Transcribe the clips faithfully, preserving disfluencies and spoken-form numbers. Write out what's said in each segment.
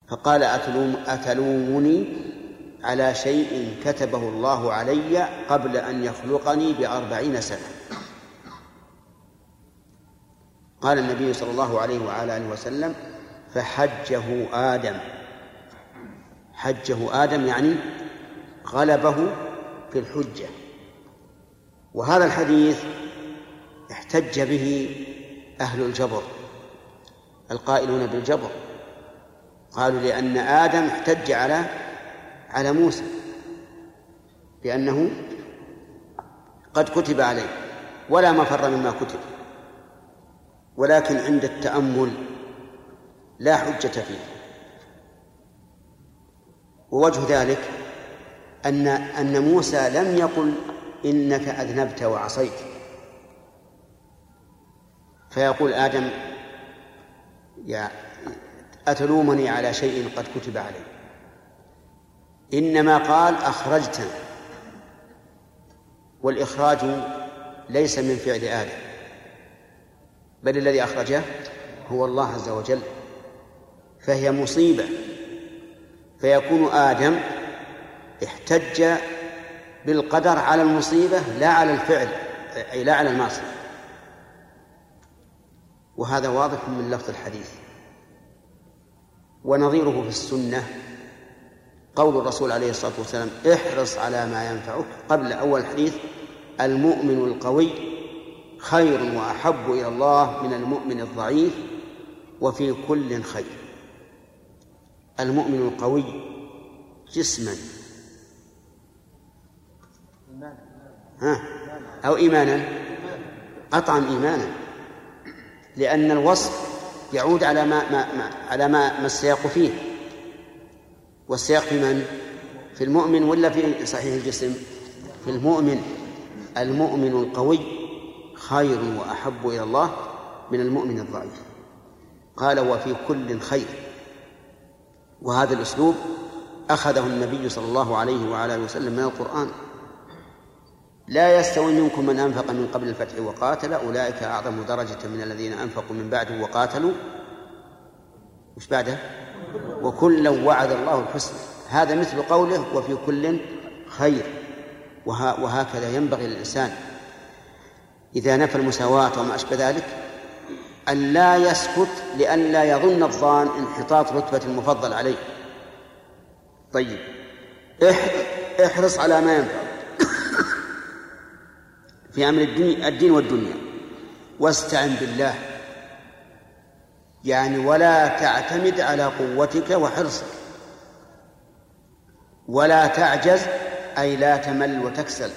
فقال أتلوم أتلومني على شيء كتبه الله علي قبل أن يخلقني بأربعين سنة. قال النبي صلى الله عليه وعلى آله وسلم فحجه آدم. حجه آدم يعني غلبه في الحجة. وهذا الحديث احتج به أهل الجبر القائلون بالجبر، قالوا لأن آدم احتج على على موسى بأنه قد كتب عليه ولا مفر مما كتب، ولكن عند التأمل لا حجة فيه. ووجه ذلك أن أن موسى لم يقل إنك أذنبت وعصيت، فيقول آدم يا أتلومني على شيء قد كتب علي، إنما قال أخرجتنا، والإخراج ليس من فعل آدم بل الذي أخرجه هو الله عز وجل، فهي مصيبة، فيكون آدم احتج بالقدر على المصيبة لا على الفعل، أي لا على المعصية. وهذا واضح من لفظ الحديث. ونظيره في السنة قول الرسول عليه الصلاة والسلام احرص على ما ينفعك قبل أول الحديث المؤمن القوي خير وأحب إلى الله من المؤمن الضعيف وفي كل خير. المؤمن القوي جسما ها أو إيمانا، قطعا إيمانا، لأن الوصف يعود على ما, ما, ما على ما, ما السياق فيه، والسياق في من؟ في المؤمن ولا في صحيح الجسم؟ في المؤمن. المؤمن القوي خير وأحب إلى الله من المؤمن الضعيف. قال وفي كل خير. وهذا الأسلوب أخذه النبي صلى الله عليه وعلى آله وسلم من القرآن. لا يستوي منكم من أنفق من قبل الفتح وقاتل أولئك أعظم درجة من الذين أنفقوا من بعده وقاتلوا وش بعده وكلا وعد الله الحسنى. هذا مثل قوله وفي كل خير. وها وهكذا ينبغي للإنسان إذا نفى المساواة وما أشبه ذلك أن لا يسكت لأن لا يظن الظان انحطاط رتبة المفضل عليه. طيب احرص على ما ينفع في أمر الدين والدنيا واستعن بالله، يعني ولا تعتمد على قوتك وحرصك، ولا تعجز أي لا تمل وتكسل.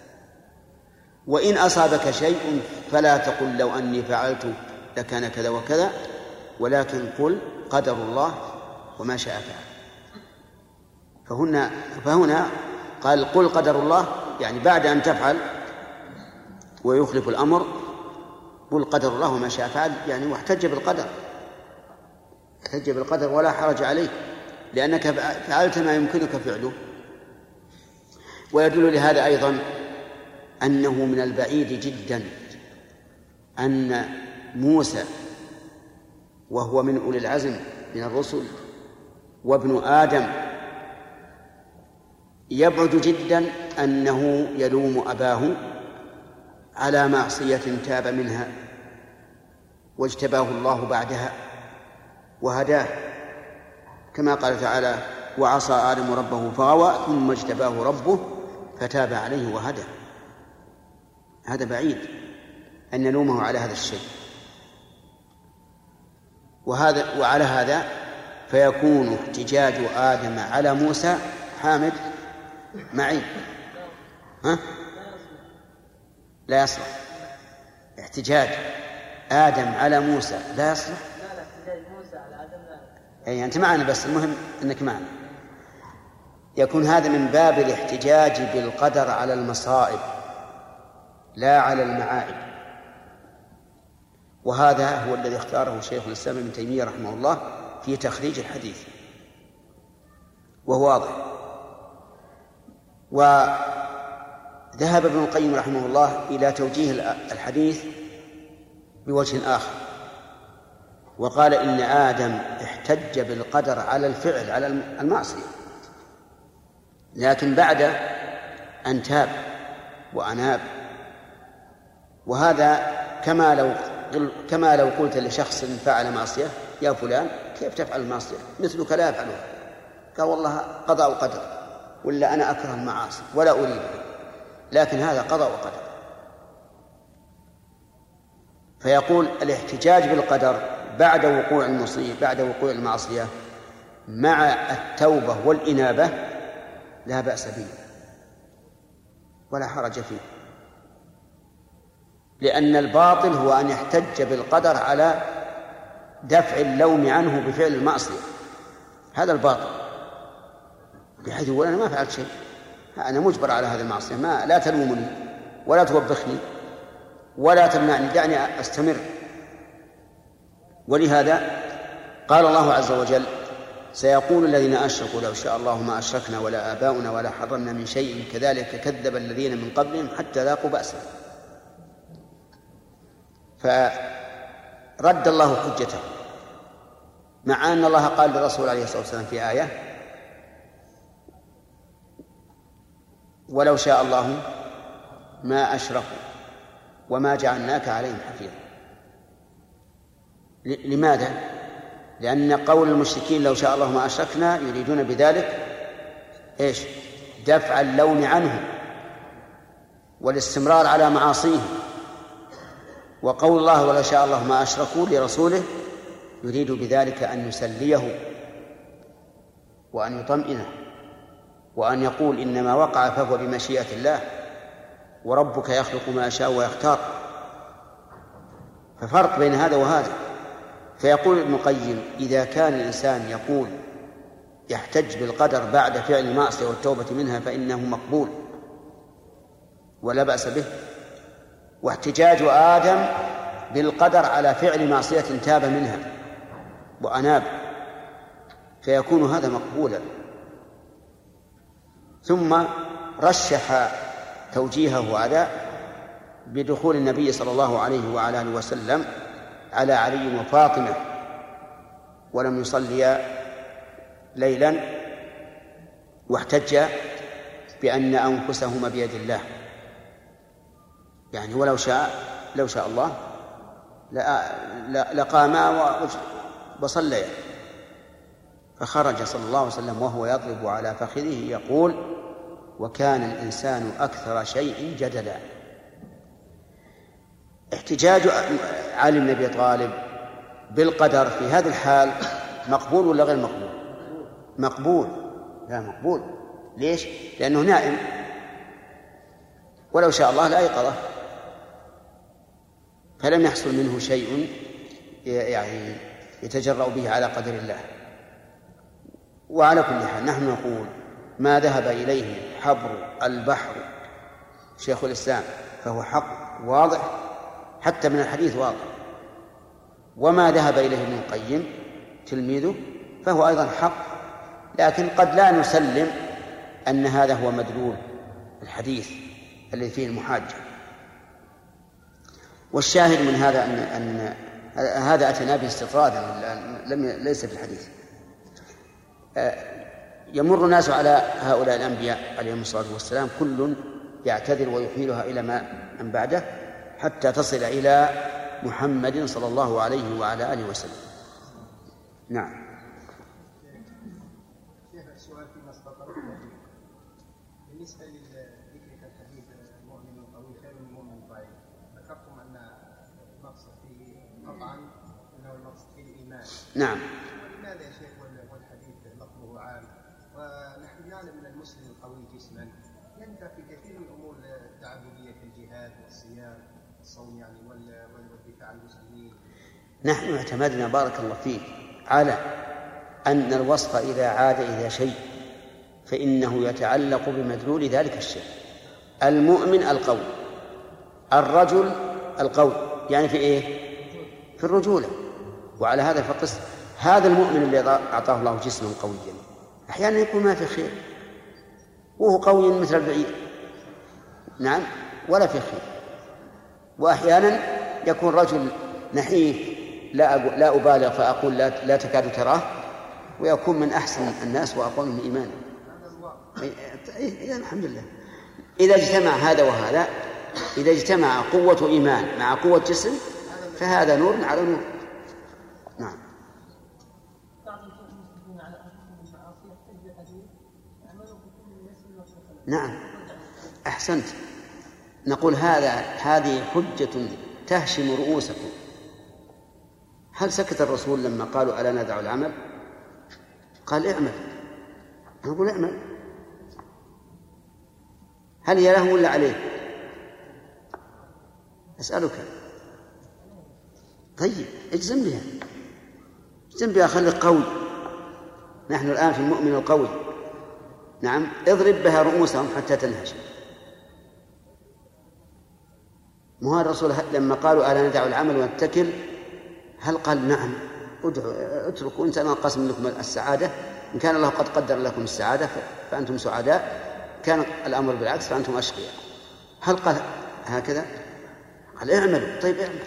وإن أصابك شيء فلا تقل لو أني فعلت لكان كذا وكذا، ولكن قل قدر الله وما شاء فعل. فهنا, فهنا قال قل قدر الله، يعني بعد أن تفعل ويخلف الأمر قل قدر الله وما شاء فعل، يعني واحتج بالقدر، احتج بالقدر ولا حرج عليك لأنك فعلت ما يمكنك فعله. ويدل لهذا أيضا أنه من البعيد جدا أن موسى وهو من أولي العزم من الرسل وابن آدم يبعد جدا أنه يلوم أباه على معصية تاب منها واجتباه الله بعدها وهداه، كما قال تعالى وعصى آدم ربه فغوى ثم اجتباه ربه فتاب عليه وهدى. هذا بعيد أن نلومه على هذا الشيء. وهذا وعلى هذا فيكون احتجاج آدم على موسى حامد معي ها؟ لا يصلح. احتجاج آدم على موسى لا يصلح. أي أنت معنا، بس المهم أنك معنا. يكون هذا من باب الاحتجاج بالقدر على المصائب لا على المعائب. وهذا هو الذي اختاره شيخ الإسلام ابن تيمية رحمه الله في تخريج الحديث، وهو واضح. وذهب ابن القيم رحمه الله إلى توجيه الحديث بوجه آخر، وقال إن آدم احتج بالقدر على الفعل على المعصية، لكن بعد أن تاب وأناب. وهذا كما لو كما لو قلت لشخص فعل معصية: يا فلان كيف تفعل المعصية؟ مثلك لا يفعلها. قال: والله قضاء وقدر، ولا أنا أكره المعاصي ولا أريدها، لكن هذا قضاء وقدر. فيقول الاحتجاج بالقدر بعد وقوع المصيبة بعد وقوع المعصية مع التوبة والإنابة لا بأس به ولا حرج فيه، لأن الباطل هو أن يحتج بالقدر على دفع اللوم عنه بفعل المعصية. هذا الباطل، بحيث يقول: أنا ما فعلت شيء، أنا مجبر على هذه المعصية، ما لا تلومني ولا توبخني ولا تمنعني، دعني أستمر. ولهذا قال الله عز وجل: سيقول الذين أشركوا لو شاء الله ما أشركنا ولا آباؤنا ولا حرمنا من شيء كذلك كذب الذين من قبلهم حتى ذاقوا بأسنا. فرد الله حجته، مع أن الله قال للرسول عليه الصلاة والسلام في آية: ولو شاء الله ما أشركوا وما جعلناك عليهم حفيظا. لماذا؟ لأن قول المشركين لو شاء الله ما أشركنا يريدون بذلك إيش؟ دفع اللوم عنه والاستمرار على معاصيه. وقول الله ولو شاء الله ما أشركوا لرسوله يريد بذلك أن يسليه وأن يطمئنه وأن يقول: إنما وقع فهو بمشيئة الله، وربك يخلق ما يشاء ويختار. ففرق بين هذا وهذا. فيقول ابن القيم: إذا كان الإنسان يقول يحتج بالقدر بعد فعل المعصية والتوبة منها فإنه مقبول ولا بأس به. واحتجاج آدم بالقدر على فعل معصية تاب منها وأناب، فيكون هذا مقبولا. ثم رشح توجيهه هذا بدخول النبي صلى الله عليه وعلى آله وسلم على علي وفاطمة ولم يصليا ليلا، واحتج بأن أنفسهما بيد الله، يعني ولو شاء لو شاء الله لقاما وصليا. فخرج صلى الله عليه وسلم وهو يضرب على فخذه يقول: وكان الإنسان أكثر شيء جدلا. احتجاج علي بن أبي طالب بالقدر في هذه الحال مقبول ولا غير مقبول؟ مقبول. لا مقبول. ليش؟ لأنه نائم، ولو شاء الله لأيقظه، فلم يحصل منه شيء يعني يتجرأ به على قدر الله. وعلى كل حال نحن نقول: ما ذهب إليه حبر البحر شيخ الإسلام فهو حق واضح، حتى من الحديث واضح، وما ذهب إليه ابن القيم تلميذه فهو أيضا حق، لكن قد لا نسلم أن هذا هو مدلول الحديث الذي فيه المحاجة. والشاهد من هذا أن, أن هذا أتنا به استطرادا لم ليس في الحديث. يمر الناس على هؤلاء الأنبياء عليهم الصلاة والسلام كل يعتذر ويحيلها إلى ما من بعده حتى تصل إلى محمد صلى الله عليه وعلى آله وسلم. نعم. السؤال فيما استطرق بالنسبة لذكرك الحديث المؤمن القوي خير من المؤمن الضعيف، ذكرتم أن المقصد فيه قطعا أنه المقصد فيه الإيمان. نعم. لماذا يا شيخ والحديث لفظه عام ونحن نعلم أن المسلم القوي جسما ينفع في كثير من الأمور التعبدية كالجهاد والصيام الصوم يعني والدفاع عن المسلمين؟ نحن اعتمدنا بارك الله فيك على أن الوصف إذا عاد إلى شيء فإنه يتعلق بمدلول ذلك الشيء. المؤمن القوي، الرجل القوي، يعني في إيه؟ في الرجولة. وعلى هذا فقس هذا المؤمن الذي أعطاه الله جسما قويا أحيانا يكون ما في خير وهو قوي مثل البعير، نعم، ولا في خير. وأحيانا يكون رجل نحيف لا لا أبالغ فأقول لا, لا تكاد تراه، ويكون من أحسن الناس وأقوم إيمانا. الحمد لله. إذا اجتمع هذا وهذا، إذا اجتمع قوة إيمان مع قوة جسم فهذا نور على نور. نعم. نعم أحسنت. نقول هذا هذه حجة تهشم رؤوسكم. هل سكت الرسول لما قالوا ألا ندع العمل؟ قال اعمل. نقول اعمل. هل هي له ولا عليه؟ أسألك. طيب اجزم بها، اجزم بها، خليك قوي. نحن الآن في المؤمن القوي. نعم اضرب بها رؤوسهم حتى تنهش. مو الرسول لما قالوا ألا ندع العمل ونتكل هل قال نعم اتركوا أنت أنا قسم لكم السعادة، إن كان الله قد قدر لكم السعادة فأنتم سعداء، كان الأمر بالعكس فأنتم أشقياء. هل قال هكذا؟ قال اعملوا. طيب اعمل.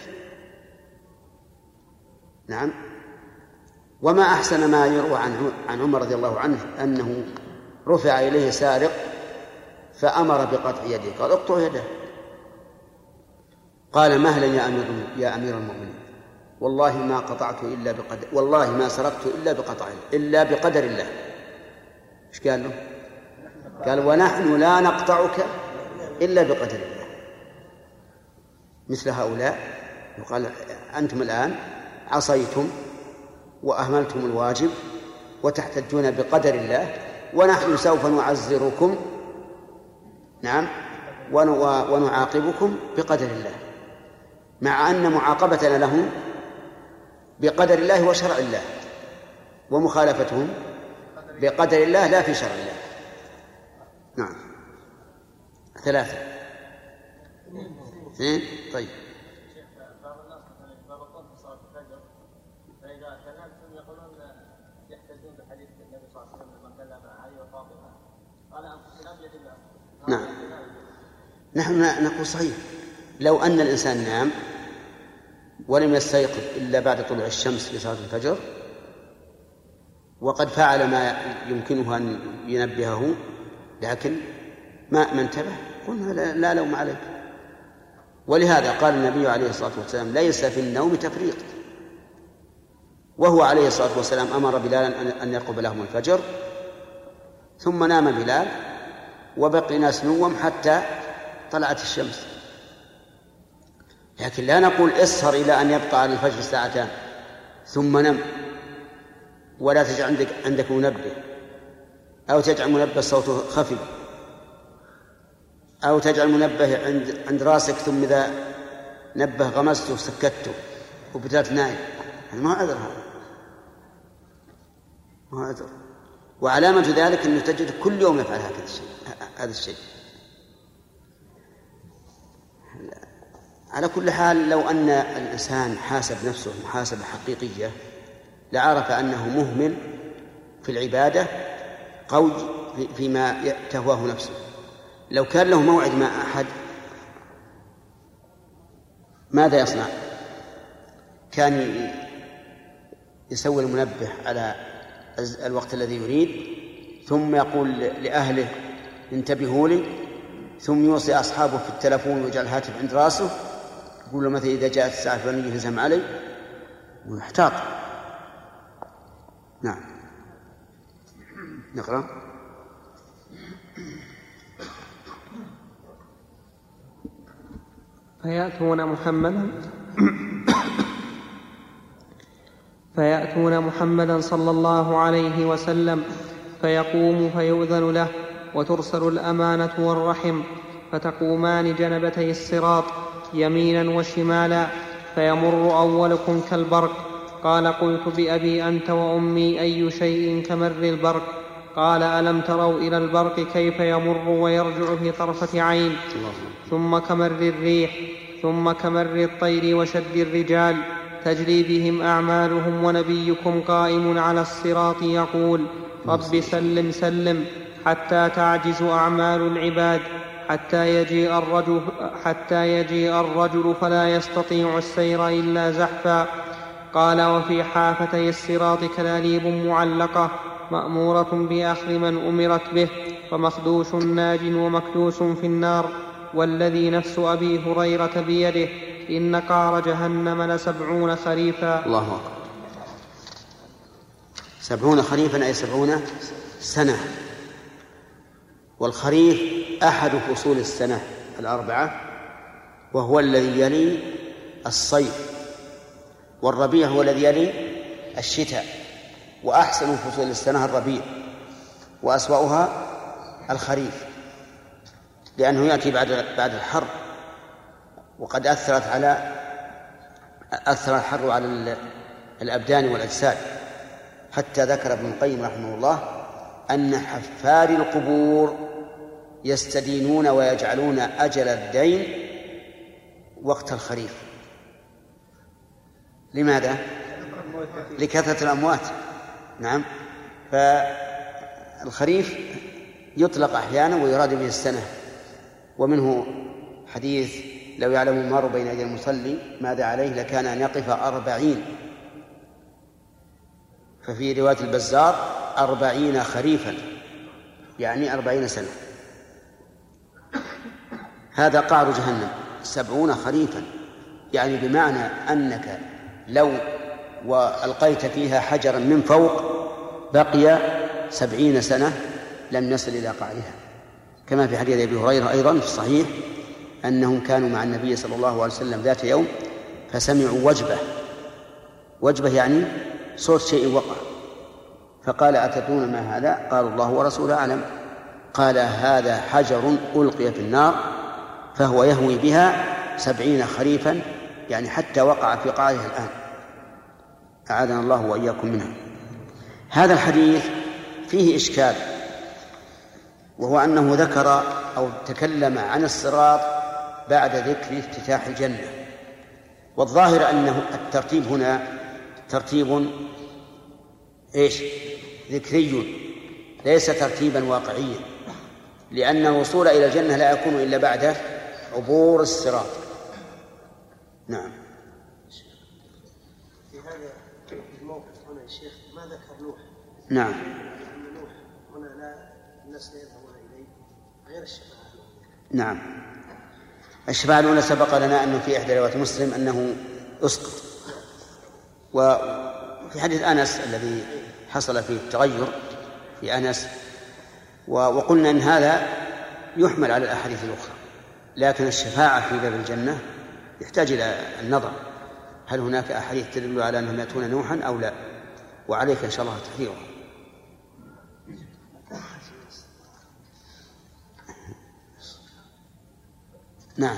نعم. وما أحسن ما يروى عن عمر رضي الله عنه أنه رفع إليه سارق فأمر بقطع يده، قال اقطع يده. قال مهلا يا أمير يا أمير المؤمنين، والله ما قطعت إلا بقدر، والله ما سرقت إلا بقطع إلا بقدر الله. إيش قال له؟ قال ونحن لا نقطعك إلا بقدر الله. مثل هؤلاء يقال أنتم الآن عصيتم وأهملتم الواجب وتحتجون بقدر الله، ونحن سوف نعزركم نعم ونعاقبكم بقدر الله، مع أن معاقبتنا لهم بقدر الله وشرع الله، ومخالفتهم بقدر الله لا في شرع الله. نعم. ثلاثة اثنين. طيب بعض الناس مثلا يتفرقون في صلاة الفجر، فإذا كلمتم يقولون يحتجون بحديث النبي صلى الله عليه وسلم لما كلم علي وفاطمة قال أنفسنا بيد الله. نعم. نحن نقول صحيح. لو أن الإنسان نام ولم يستيقظ إلا بعد طلوع الشمس في صلاة الفجر وقد فعل ما يمكنه أن ينبهه لكن ما ما انتبه، قلنا لا, لا لوم عليك. ولهذا قال النبي عليه الصلاة والسلام ليس في النوم تفريط، وهو عليه الصلاة والسلام أمر بلالا أن يقرب لهم الفجر، ثم نام بلال وبقي ناس نوم حتى طلعت الشمس. لكن لا نقول اسهر إلى أن يبقى على الفجر ساعتان ثم نم، ولا تجعل عندك, عندك منبه، أو تجعل منبه صوته خفي، أو تجعل منبه عند, عند راسك ثم إذا نبه غمسته وسكته وبدأت نايم. ما عذر هذا، ما عذر. وعلامة ذلك أنه تجد كل يوم يفعل هذا الشيء هذا الشيء. على كل حال لو أن الإنسان حاسب نفسه محاسبة حقيقية لعرف أنه مهمل في العبادة قوي فيما تهواه نفسه. لو كان له موعد مع أحد ماذا يصنع؟ كان يسوي المنبه على الوقت الذي يريد، ثم يقول لأهله انتبهوا لي، ثم يوصي أصحابه في التلفون ويجعل الهاتف عند راسه، يقول له مثلا إذا جاءت الساعة الفلانية يهزم علي ويحتاط. نعم. نقرأ. فيأتون محمدا فيأتون محمدا صلى الله عليه وسلم فيقوم فيؤذن له وترسل الأمانة والرحم، فتقومان جنبتي الصراط يمينا وشمالا، فيمر أولكم كالبرق. قال قلت بأبي أنت وأمي أي شيء كمر البرق؟ قال ألم تروا إلى البرق كيف يمر ويرجع في طرفة عين؟ ثم كمر الريح، ثم كمر الطير وشد الرجال، تجري بهم أعمالهم، ونبيكم قائم على الصراط يقول رب سلم سلم، حتى تعجز أعمال العباد، حتى يجيء الرجل, حتى يجيء الرجل فلا يستطيع السير إلا زحفا، قال: وفي حافتي الصراط كلاليب معلقة مأمورة بأخذ من أمرت به، ومخدوش ناج ومكدوس في النار، والذي نفس أبي هريرة بيده إن قعر جهنم لسبعون خريفا. الله أكبر. سبعون خريفا أي سبعون سنة، والخريف أحد فصول السنة الأربعة، وهو الذي يلي الصيف، والربيع هو الذي يلي الشتاء، وأحسن فصول السنة الربيع، وأسوأها الخريف، لأنه يأتي بعد بعد الحر، وقد أثرت على أثر الحر على الأبدان والأجساد، حتى ذكر ابن القيم رحمه الله أن حفار القبور يستدينون ويجعلون أجل الدين وقت الخريف. لماذا؟ لكثرة الأموات. نعم. فالخريف يطلق أحيانا ويراد به السنة، ومنه حديث: لو يعلم المار بين يدي المصلي ماذا عليه لكان أن يقف أربعين، ففي رواية البزار أربعين خريفا، يعني أربعين سنة. هذا قعر جهنم سبعون خريفا، يعني بمعنى أنك لو وألقيت فيها حجرا من فوق بقي سبعين سنة لم يصل إلى قعرها، كما في حديث أبي هريرة أيضا في الصحيح أنهم كانوا مع النبي صلى الله عليه وسلم ذات يوم فسمعوا وجبة، وجبة يعني صوت شيء وقع، فقال: أتدرون ما هذا؟ قالوا: الله ورسوله أعلم. قال: هذا حجر ألقي في النار فهو يهوي بها سبعين خريفا، يعني حتى وقع في قعرها الآن، أعاذنا الله وإياكم منها. هذا الحديث فيه إشكال، وهو أنه ذكر أو تكلم عن الصراط بعد ذكر افتتاح الجنة، والظاهر أنه الترتيب هنا ترتيب إيش؟ ذكري، ليس ترتيبا واقعيا، لأن الوصول إلى الجنة لا يكون إلا بعد عبور الصراط. نعم. في هذا الموقف هنا الشيخ ما ذكر نوح. نعم. لأن نوح هنا لا الناس لا يذهبون إليه غير الشفاعة. نعم. الشفاعة الأولى سبق لنا أنه في إحدى روايات مسلم أنه أسقط، وفي حديث أنس الذي حصل فيه التغير في أنس، وقلنا أن هذا يحمل على الأحاديث الأخرى، لكن الشفاعة في باب الجنة يحتاج إلى النظر، هل هناك أحاديث تدل على أنهم يأتون نوحا أو لا، وعليك إن شاء الله تحريره. نعم.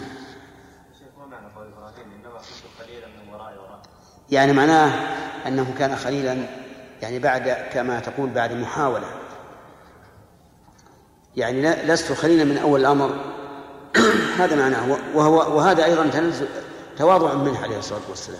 يعني معناه أنه كان خليلا، يعني بعد كما تقول بعد محاولة، يعني لست خليلا من أول الأمر هذا معناه، وهو وهذا أيضا تنزل تواضع منه عليه الصلاة والسلام.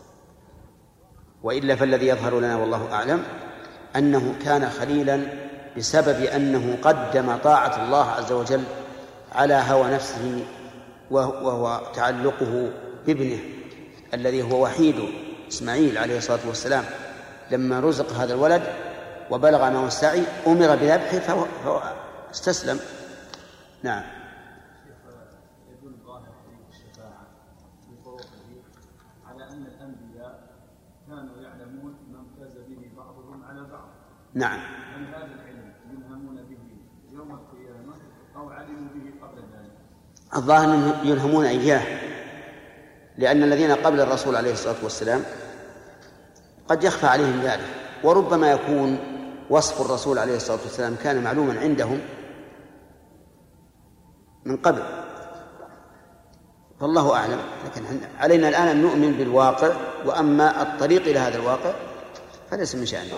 وإلا فالذي يظهر لنا والله أعلم أنه كان خليلا بسبب أنه قدم طاعة الله عز وجل على هوى نفسه، وهو تعلقه بابنه الذي هو وحيده إسماعيل عليه الصلاة والسلام. لما رزق هذا الولد وبلغ معه السعي أمر بذبحه فهو استسلم. نعم. يدل ظاهر الشفاعة بطرقه على أن الأنبياء كانوا يعلمون ما امتاز به بعضهم على بعض. نعم. أن هذا العلم يلهمون به يوم القيامة أو علموا به قبل ذلك؟ الظاهر أنهم يلهمون إياه، لأن الذين قبل الرسول عليه الصلاة والسلام قد يخفى عليهم ذلك، وربما يكون وصف الرسول عليه الصلاة والسلام كان معلوما عندهم من قبل، فالله أعلم. لكن علينا الآن أن نؤمن بالواقع، وأما الطريق إلى هذا الواقع فليس من شأننا.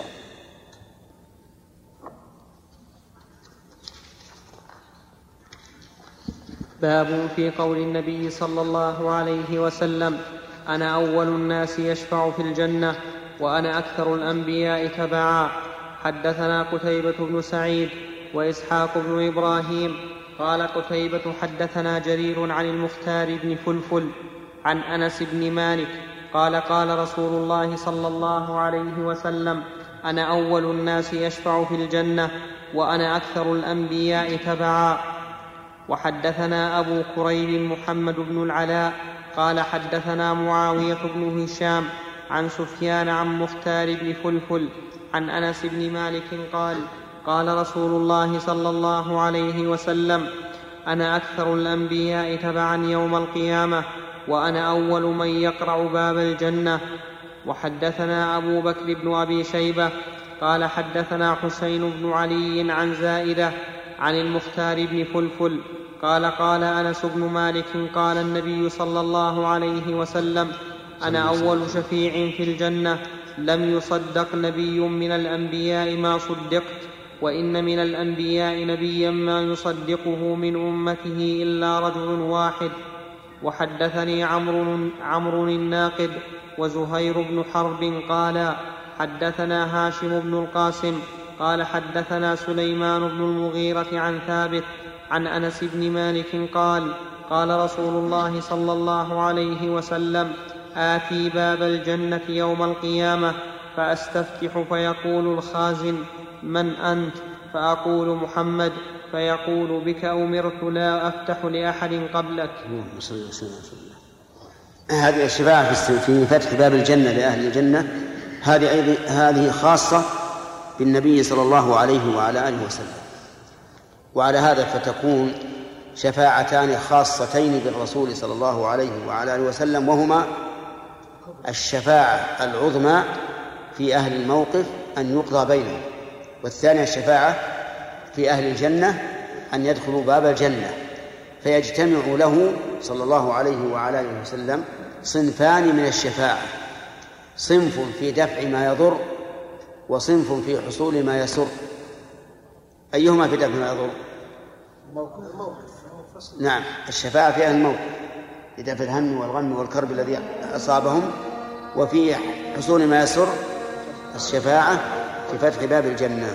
باب في قول النبي صلى الله عليه وسلم: أنا أول الناس يشفع في الجنة وأنا أكثر الأنبياء تبعا. حدثنا قتيبة بن سعيد وإسحاق بن إبراهيم قال قتيبة: حدثنا جرير عن المختار بن فلفل عن أنس بن مالك قال قال رسول الله صلى الله عليه وسلم أنا أول الناس يشفع في الجنة وأنا أكثر الأنبياء تبعا. وحدثنا أبو كريب محمد بن العلاء قال حدثنا معاوية بن هشام عن سفيان عن مختار بن فلفل عن أنس بن مالك قال قال رسول الله صلى الله عليه وسلم أنا أكثر الأنبياء تبعا يوم القيامة وأنا أول من يقرع باب الجنة. وحدثنا أبو بكر بن أبي شيبة قال حدثنا حسين بن علي عن زائدة عن المختار بن فلفل قال قال أنس بن مالك قال النبي صلى الله عليه وسلم أنا أول شفيع في الجنة لم يصدق نبي من الأنبياء ما صدقت وإن من الأنبياء نبيا ما يصدقه من أمته إلا رجل واحد. وحدثني عمرو عمرو الناقد وزهير بن حرب قال حدثنا هاشم بن القاسم قال حدثنا سليمان بن المغيرة عن ثابت عن أنس بن مالك قال قال رسول الله صلى الله عليه وسلم آتي باب الجنة يوم القيامة فأستفتح فيقول الخازن من أنت؟ فأقول محمد فيقول بك أمرت لا أفتح لأحد قبلك. هذه الشفاعة في فتح باب الجنة لأهل الجنة هذه هذه خاصة بالنبي صلى الله عليه وعلى آله وسلم. وعلى هذا فتكون شفاعتان خاصتين بالرسول صلى الله عليه وعلى آله وسلم، وهما الشفاعة العظمى في أهل الموقف أن يقضى بينهم، والثانية الشفاعة في أهل الجنة أن يدخلوا باب الجنة، فيجتمع له صلى الله عليه وعلى آله وسلم صنفان من الشفاعة، صنف في دفع ما يضر وصنف في حصول ما يسر. أيهما في دفع ما يضر؟ نعم، الشفاعة في أهل الموقف لدفع الهم والغم والكرب الذي أصابهم، وفي حصول ما يسر الشفاعة في فتح باب الجنة.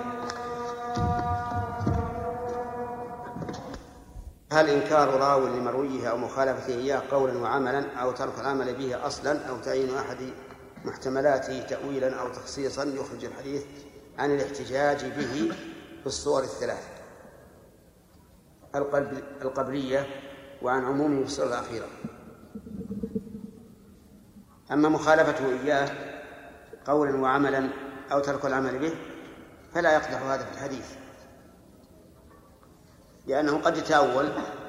هل إنكار راو لمرويه أو مخالفته إياه قولا وعملا أو ترك العمل به أصلا أو تعيين أحد محتملاته تأويلا أو تخصيصا يخرج الحديث عن الاحتجاج به في الصور الثلاث القبلية وعن عمومه في الصور الأخيرة؟ أما مخالفته إياه قولا وعملا أو ترك العمل به فلا يقدح هذا في الحديث، لأنه قد يتأول.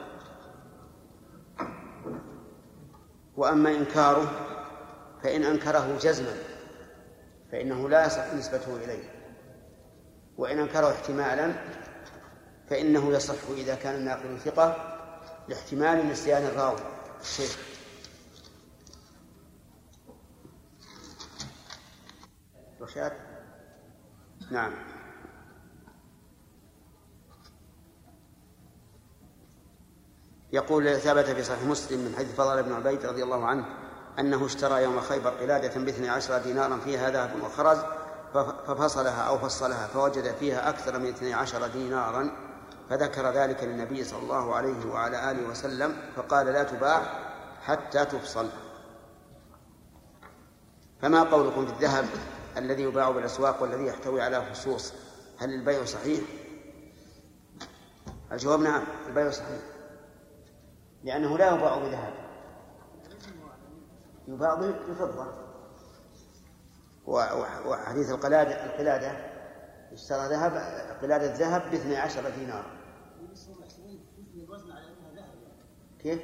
وأما إنكاره فإن أنكره جزما فإنه لا يصح نسبته إليه، وإن أنكره احتمالا فإنه يصح إذا كان الناقل ثقة لاحتمال نسيان الراوي الشيء. رشاد نعم. يقول ثبت في صحيح مسلم من حديث فضل بن عبيد رضي الله عنه أنه اشترى يوم خيبر قلادة باثني عشر دينارا فيها ذهب وخرز ففصلها أو فصلها فوجد فيها أكثر من اثني عشر دينارا، فذكر ذلك للنبي صلى الله عليه وعلى آله وسلم فقال لا تباع حتى تفصل. فما قولكم في الذهب الذي يباع بالأسواق والذي يحتوي على فصوص، هل البيع صحيح؟ الجواب نعم، البيع صحيح، لأنه لا يباع بذهب، يباع بفضة. وحديث القلادة القلادة اشترى ذهب قلادة ذهب باثني عشر دينار. كيف؟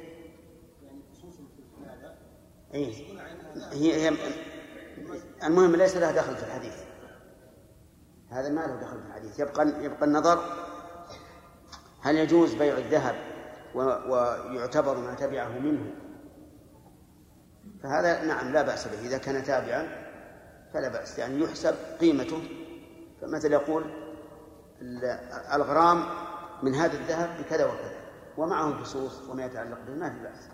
أي هي هي المهم ليس لها دخل في الحديث، هذا ما له دخل في الحديث. يبقى يبقى النظر هل يجوز بيع الذهب ويعتبر ما تبعه منه، فهذا نعم لا بأس به إذا كان تابعا فلا بأس، يعني يحسب قيمته. فمثل يقول الغرام من هذا الذهب بكذا وكذا ومعه الفصوص وما يتعلق به ما في بأس.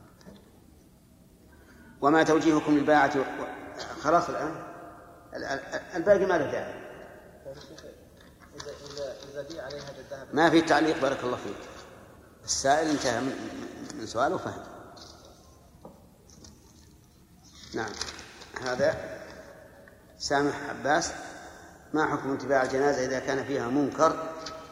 وما توجيهكم للباعة خلاص الآن الباقي ما له داعي، ما في تعليق. بارك الله فيك، السائل انتهى من سؤاله وفهم. نعم. هذا سامح عباس: ما حكم اتباع الجنازة إذا كان فيها منكر؟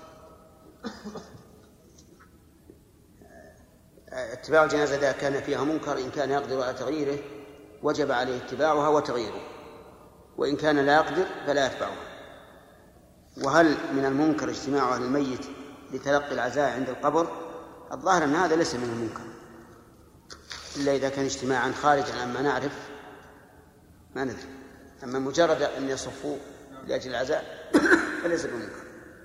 اتباع الجنازة إذا كان فيها منكر إن كان يقدر على تغييره وجب عليه اتباعها وتغييره، وإن كان لا يقدر فلا يتبعها. وهل من المنكر اجتماع أهل الميت لتلقي العزاء عند القبر؟ الظاهر أن هذا ليس من المنكر إلا إذا كان اجتماعا خارجا عما نعرف ما ندري، أما مجرد أن يصفوا لأجل العزاء فليس بمنكر.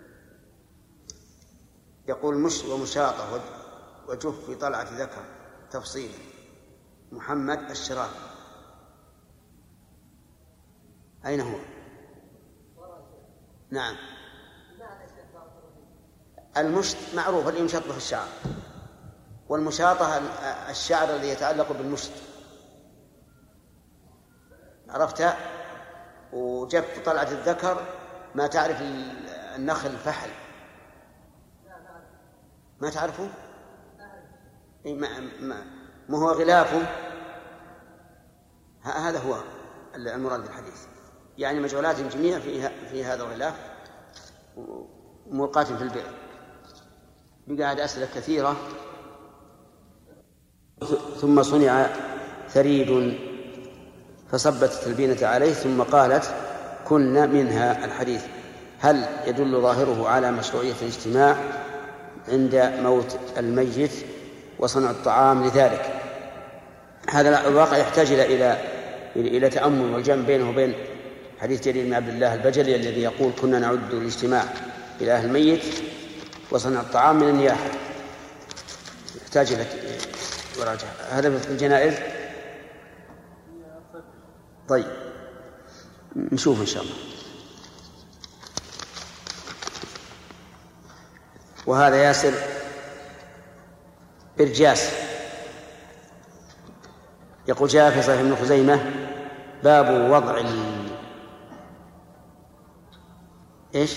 يقول: مش ومشاطة وجف في طلعة ذكر تفصيل. محمد الشرافي. أين هو؟ نعم. المشط معروف اللي يمشط به الشعر، والمشاطة الشعر الذي يتعلق بالمشط، عرفتها؟ وجف طلعة الذكر ما تعرف النخل الفحل، ما تعرفه؟ ما, ما, ما هو غلافه، هذا هو المراد بالحديث، يعني مجعولات جميع في, في هذا الغلاف ملقاة في البئر. بقعد أسئلة كثيرة. ثم صنع ثريد فصبت التلبينة عليه ثم قالت: كنا منها الحديث. هل يدل ظاهره على مشروعية الاجتماع عند موت الميت وصنع الطعام لذلك؟ هذا الواقع يحتاج إلى إلى تأمل والجمع بينه وبين حديث جرير بن عبد الله البجلي الذي يقول: كنا نعد الاجتماع إلى أهل الميت وصنع الطعام من النياحة. يحتاج إلى مراجعة. هذا في الجنائز. طيب نشوف إن شاء الله. وهذا ياسر برجاس يقول: جاء في صحيح ابن خزيمة باب وضع ال... إيش؟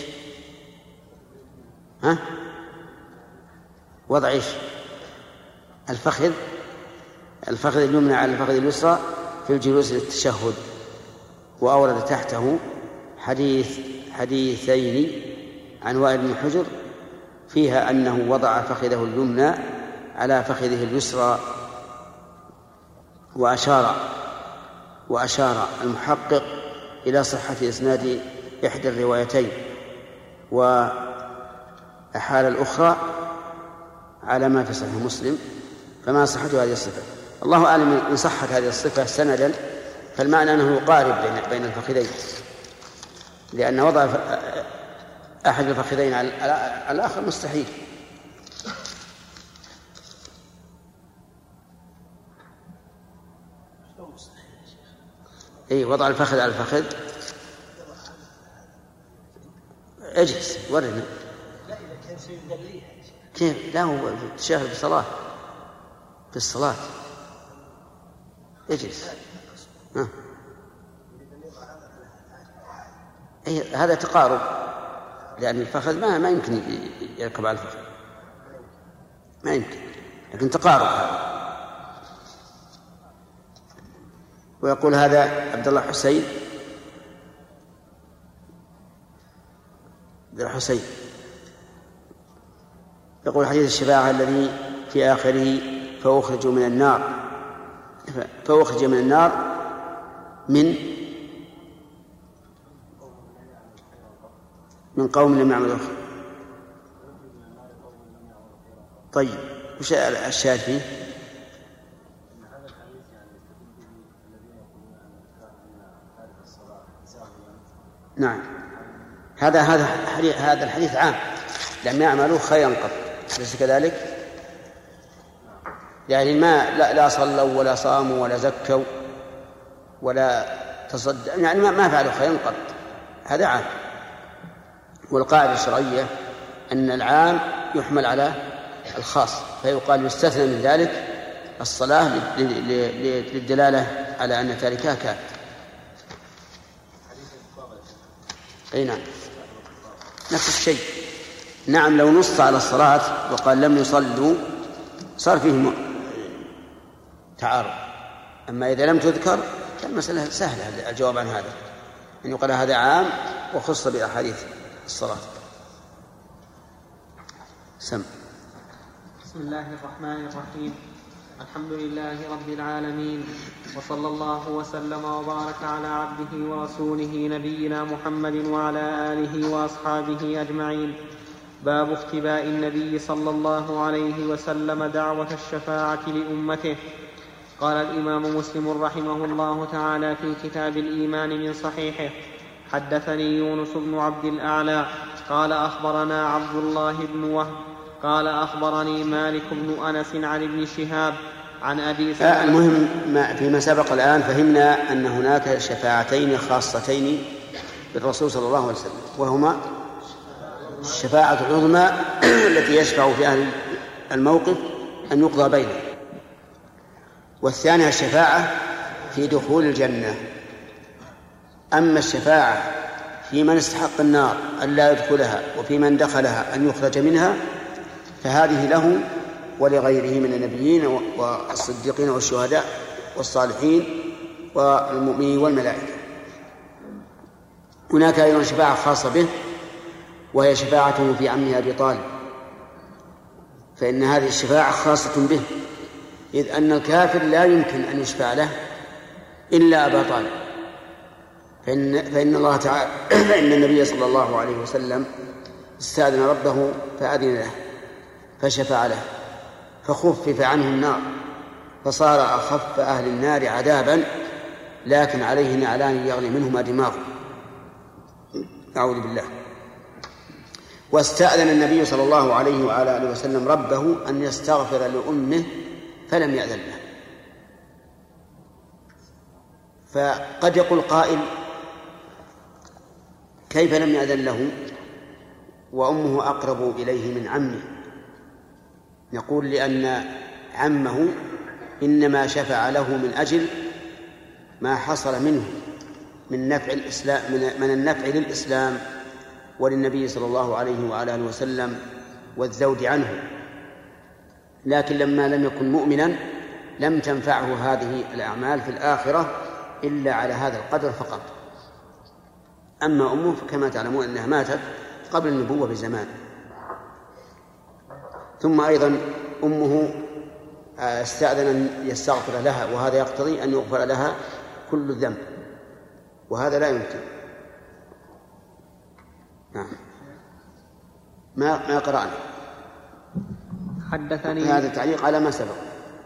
ها؟ وضع إيش؟ الفخذ الفخذ اليمنى على الفخذ اليسرى في الجلوس للتشهد. وأورد تحته حديث حديثين عن وائل بن حجر فيها أنه وضع فخذه اليمنى على فخذه اليسرى، وأشار وأشار المحقق إلى صحة إسناد إحدى الروايتين، وأحال الأخرى على ما في صحيح مسلم، فما صحة هذه الصفة؟ الله أعلم إن صحت هذه الصفة سندا، فالمعنى أنه يقارب بين بين الفخذين، لأن وضع أحد الفخذين على الآخر مستحيل. أي وضع الفخذ على الفخذ. اجلس ورني. لا إذا كان شيء يدليها كيف؟ لا هو تشاهد بالصلاة في الصلاة. اجلس. ها. أي هذا تقارب، لأن الفخذ ما ما يمكن يركب على الفخذ، ما يمكن، لكن تقارب هذا. ويقول هذا عبد الله حسين عبد الله حسين يقول: حديث الشفاعة الذي في آخره فأخرج من النار فأخرج من النار من من قوم لم يعملوا خيرا. طيب وش الشاهد فيه؟ نعم، هذا هذا هذا الحديث عام، لم يعملوا خيرا قط، أليس كذلك؟ يعني ما لا, لا صلوا ولا صاموا ولا زكوا ولا تصدقوا، يعني ما, ما فعلوا خيرا قط، هذا عام. والقاعدة الشرعية أن العام يحمل على الخاص، فيقال يستثنى من ذلك الصلاة للدلالة على أن تاركها كافر. أي نعم، نفس الشيء. نعم، لو نص على الصلاة وقال لم يصلوا صار فيه تعارض، أما إذا لم تذكر المسألة سهلة الجواب عن هذا، أن يقال هذا عام وخص بأحاديث الصلاة. سم. بسم الله الرحمن الرحيم. الحمد لله رب العالمين، وصلى الله وسلم وبارك على عبده ورسوله نبينا محمد وعلى آله وأصحابه أجمعين. باب اختباء النبي صلى الله عليه وسلم دعوة الشفاعة لأمته. قال الإمام مسلم رحمه الله تعالى في كتاب الإيمان من صحيحه: حدثني يونس بن عبد الأعلى قال أخبرنا عبد الله بن وهب قال أخبرني مالك بن أنس عن ابن شهاب عن أبي سلمة. المهم فيما سبق الآن فهمنا أن هناك شفاعتين خاصتين بالرسول صلى الله عليه وسلم، وهما الشفاعة العظمى التي يشفع في أهل الموقف أن يقضى بينه، والثانية الشفاعة في دخول الجنة. أما الشفاعة في من استحق النار أن لا يدخلها وفي من دخلها أن يخرج منها فهذه له ولغيره من النبيين والصديقين والشهداء والصالحين والمؤمنين والملائكة. هناك أيضا شفاعة خاصة به، وهي شفاعته في عمه أبي طالب، فإن هذه الشفاعة خاصة به، إذ أن الكافر لا يمكن أن يشفع له إلا أبا طالب. فإن, فإن الله تعالى فإن النبي صلى الله عليه وسلم استأذن ربه فأذن له فشفع له فخفف عنه النار فصار أخف أهل النار عذابا، لكن عليه نعلان يغلي منهما دماغه. أعوذ بالله. واستأذن النبي صلى الله عليه وعلى آله وسلم ربه أن يستغفر لأمه فلم يأذن له. فقد يقول قائل: كيف لم يأذن له وأمه أقرب إليه من عمه؟ نقول: لأن عمه إنما شفع له من أجل ما حصل منه من نفع الإسلام من النفع للإسلام وللنبي صلى الله عليه وعلى آله وسلم والذود عنه، لكن لما لم يكن مؤمنا لم تنفعه هذه الأعمال في الآخرة إلا على هذا القدر فقط. أما أمه فكما تعلمون أنها ماتت قبل النبوة بزمان. ثم أيضا أمه استأذن أن يستغفر لها، وهذا يقتضي أن يغفر لها كل ذنب، وهذا لا يمكن. نعم. ما ما قرأنا. حدثني هذا التعليق على ما سبق.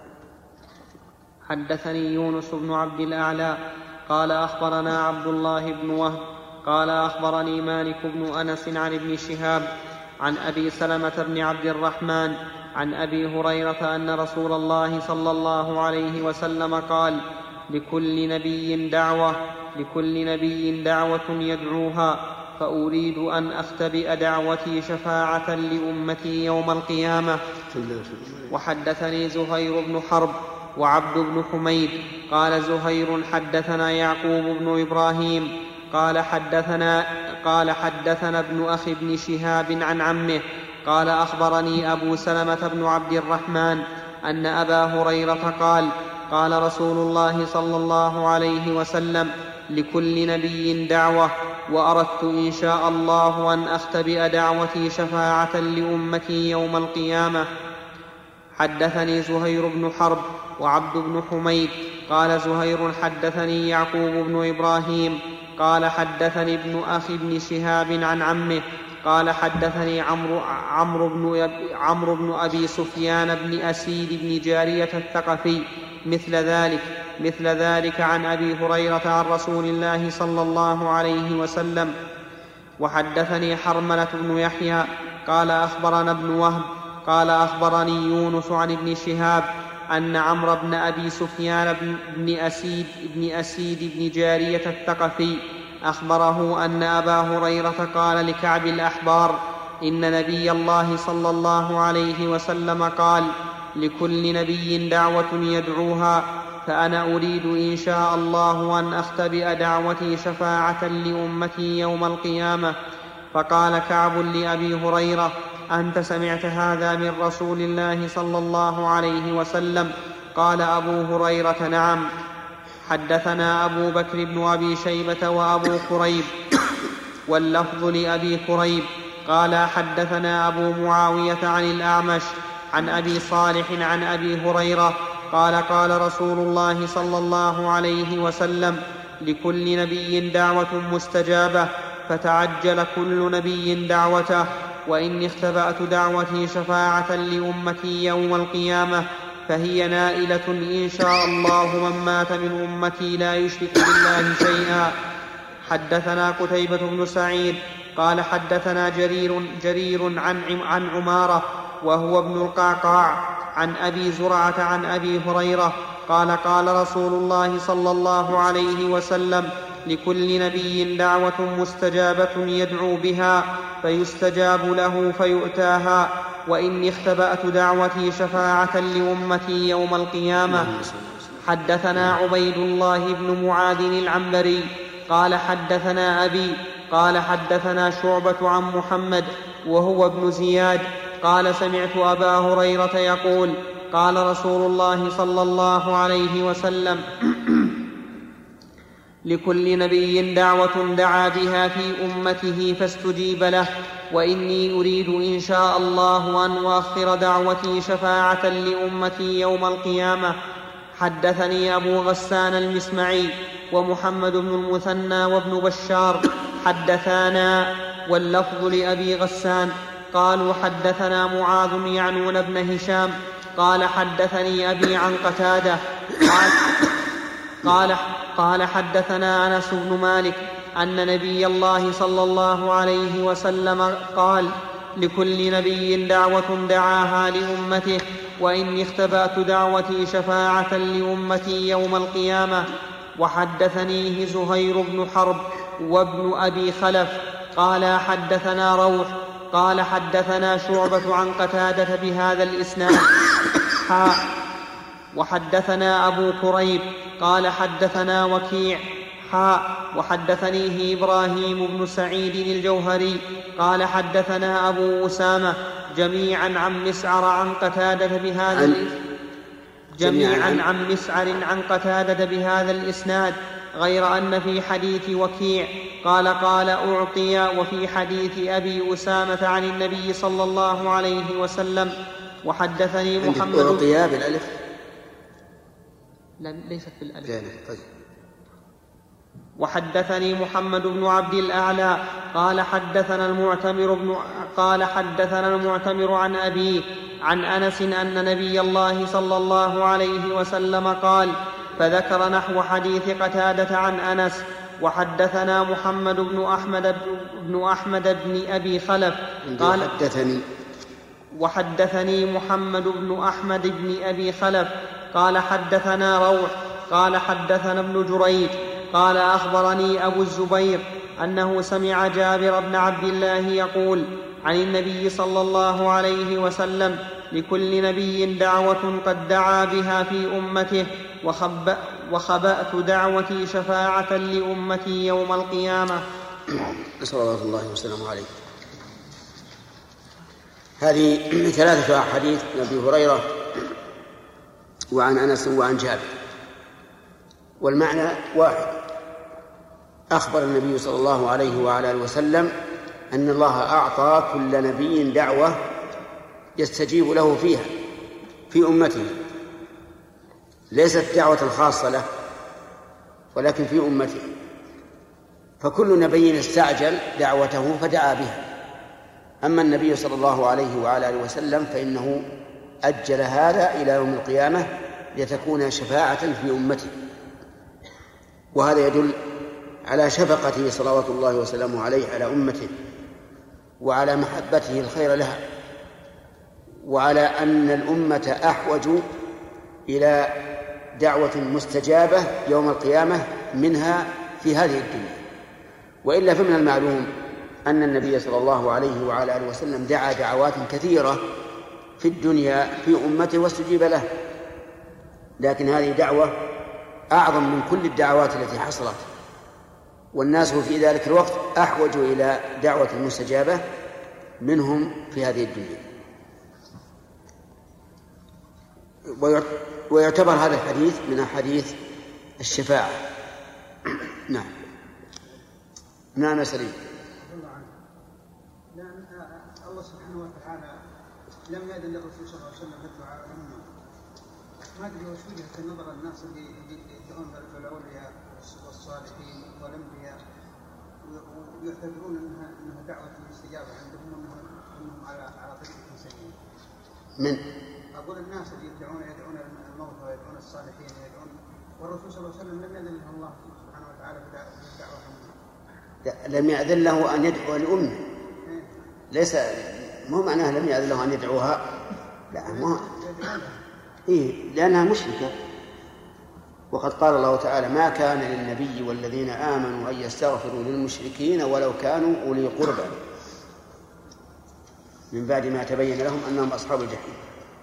حدثني يونس بن عبد الأعلى قال أخبرنا عبد الله بن وهب قال أخبرني مالك بن أنس عن ابن شهاب عن أبي سلمة بن عبد الرحمن عن أبي هريرة أن رسول الله صلى الله عليه وسلم قال: لكل نبي دعوة لكل نبي دعوة يدعوها، فأريد أن أختبئ دعوتي شفاعة لأمتي يوم القيامة. وحدثني زهير بن حرب وعبد بن حميد قال زهير: حدثنا يعقوب بن إبراهيم قال حدثنا قال حدثنا ابن أخي بن شهاب عن عمه قال: أخبرني أبو سلمة بن عبد الرحمن أن أبا هريرة قال: قال رسول الله صلى الله عليه وسلم: لكل نبي دعوة، وأردت إن شاء الله أن أختبئ دعوتي شفاعة لأمتي يوم القيامة. حدثني زهير بن حرب وعبد بن حميد قال زهير: حدثني يعقوب بن إبراهيم قال حدثني ابن أخي بن شهاب عن عمه قال: حدثني عمرو عمرو بن عمرو بن أبي سفيان بن أسيد بن جارية الثقفي مثل ذلك مثل ذلك عن أبي هريرة عن رسول الله صلى الله عليه وسلم. وحدثني حرملة بن يحيى قال أخبرنا ابن وهب قال أخبرني يونس عن ابن شهاب أن عمرو بن أبي سفيان بن أسيد بن أسيد بن جارية الثقفي أخبره أن أبا هريرة قال لكعب الأحبار: إن نبي الله صلى الله عليه وسلم قال: لكل نبي دعوة يدعوها، فأنا أريد إن شاء الله أن أختبئ دعوتي شفاعة لأمتي يوم القيامة. فقال كعب لأبي هريرة: أنت سمعت هذا من رسول الله صلى الله عليه وسلم؟ قال أبو هريرة: نعم. حدثنا أبو بكر بن أبي شيبة وأبو كريب واللفظ لأبي كريب قال حدثنا أبو معاوية عن الأعمش عن أبي صالح عن أبي هريرة قال قال رسول الله صلى الله عليه وسلم لكل نبي دعوة مستجابة فتعجل كل نبي دعوته وإني اختبأت دعوتي شفاعة لأمتي يوم القيامة فهي نائلة إن شاء الله من مات من أمتي لا يشرك بالله شيئا. حدثنا قتيبة بن سعيد قال حدثنا جرير, جرير عن, عن عمارة وهو ابن القعقاع عن أبي زرعة عن أبي هريرة قال قال رسول الله صلى الله عليه وسلم لكل نبي دعوة مستجابة يدعو بها فيستجاب له فيؤتاها وإني اختبأت دعوتي شفاعة لأمتي يوم القيامة. حدثنا عبيد الله بن معاذ العنبري قال حدثنا أبي قال حدثنا شعبة عن محمد وهو ابن زياد قال سمعت أبا هريرة يقول قال رسول الله صلى الله عليه وسلم لكل نبي دعوة دعا بها في أمته فاستجيب له وإني أريد إن شاء الله أن أؤخر دعوتي شفاعة لأمتي يوم القيامة. حدثني أبو غسان المسمعي ومحمد بن المثنى وابن بشار حدثانا واللفظ لأبي غسان قالوا حدثنا معاذ يعنون بن هشام قال حدثني أبي عن قتادة قال, قال, قال حدثنا أنس بن مالك أن نبي الله صلى الله عليه وسلم قال لكل نبي دعوة دعاها لأمته وإني اختبأت دعوتي شفاعة لأمتي يوم القيامة. وحدثنيه زهير بن حرب وابن أبي خلف قال حدثنا روح قال حدثنا شعبة عن قتادة بهذا الإسناد حاء وحدثنا أبو كريب قال حدثنا وكيع حاء وحدثنيه إبراهيم بن سعيد الجوهري قال حدثنا أبو أسامة جميعا عن مسعر عن قتادة بهذا الإسناد جميعا عن مسعر عن قتادة بهذا الإسناد غير أن في حديث وكيع قال قال أعطي وفي حديث أبي أسامة عن النبي صلى الله عليه وسلم. وحدثني محمد أعطي بالألف لا ليست بالألف طيب. وحدثني محمد بن عبد الأعلى قال حدثنا المعتمر بن قال حدثنا المعتمر عن أبيه عن أنس أن نبي الله صلى الله عليه وسلم قال فذكر نحو حديث قتادة عن أنس. وحدثنا محمد بن أحمد بن أحمد بن أبي خلف قال حدثني وحدثني محمد بن أحمد بن أبي خلف قال حدثنا روح قال حدثنا ابن جريج قال أخبرني أبو الزبير أنه سمع جابر بن عبد الله يقول عن النبي صلى الله عليه وسلم لكل نبي دعوة قد دعا بها في أمته وخب وخبأت دعوتي شفاعة لأمتي يوم القيامة. صلى الله وسلم عليه. هذه ثلاثة أحاديث عن أبي هريرة وعن أنس وعن جابر والمعنى واحد. أخبر النبي صلى الله عليه وعلى آله وسلم أن الله أعطى كل نبي دعوة يستجيب له فيها في أمته، ليست دعوة خاصة له ولكن في أمته، فكل نبي استعجل دعوته فدعا بها. أما النبي صلى الله عليه وعلى آله وسلم فإنه أجل هذا إلى يوم القيامة لتكون شفاعة في أمته، وهذا يدل على شفقته صلوات الله وسلامه عليه على أمته وعلى محبته الخير لها، وعلى أن الأمة أحوج إلى دعوة مستجابة يوم القيامة منها في هذه الدنيا. وإلا فمن المعلوم أن النبي صلى الله عليه وعلى آله وسلم دعا دعوات كثيرة في الدنيا في أمته واستجيب له، لكن هذه دعوة أعظم من كل الدعوات التي حصلت، والناس في ذلك الوقت أحوج إلى دعوة مستجابة منهم في هذه الدنيا. ويعتبر هذا الحديث من أحاديث الشفاعة. نعم. نعم يا سليم. لأن الله سبحانه وتعالى لم يأذن للرسول صلى الله عليه وسلم بالدعاء لهم. ما أدري وش وجهة نظر الناس اللي يدعون بالأولياء والصالحين والأنبياء ويعتبرون أنها أنها دعوة الاستجابة عندهم أنهم أنهم على على طريقة سيئة. من؟ أقول الناس اللي يدعون يدعون الموتى ويدعون الصالحين يدعون والرسول صلى الله عليه وسلم لم يأذن له الله سبحانه وتعالى بالدعوة. لم يأذن له أن يدعو لأمه. ليس مو معناه لم يأذن له أن يدعوها، لا مو إيه لأنها مشركة. وقد قال الله تعالى: ما كان للنبي والذين آمنوا أن يستغفروا للمشركين ولو كانوا أولي قربى من بعد ما تبين لهم أنهم أصحاب الجحيم.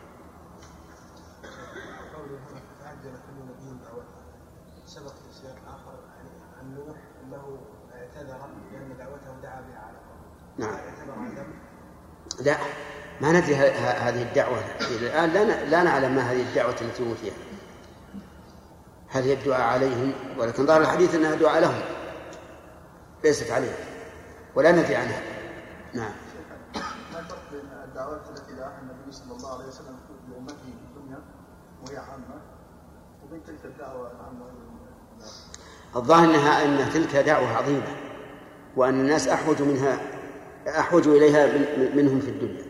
سبق في سياق آخر عن نوح أنه اعتذر لأن دعوته دعا بها على قوم. نعم. لا ما ندري هذه الدعوة الآن، لا نعلم ما هذه الدعوة التي أوتيها، هل هي الدعاء عليهم؟ ولكن ظاهر الحديث أنها دعاء لهم ليست عليهم ولا ندري عنها. نعم. ما الفرق بين الدعوات التي دعاها النبي صلى الله عليه وسلم لأمته في الدنيا وهي عامة وبين تلك الدعوة العامة؟ الظاهر أنها أن تلك دعوة عظيمة وأن الناس أحوج منها أحوج إليها منهم في الدنيا.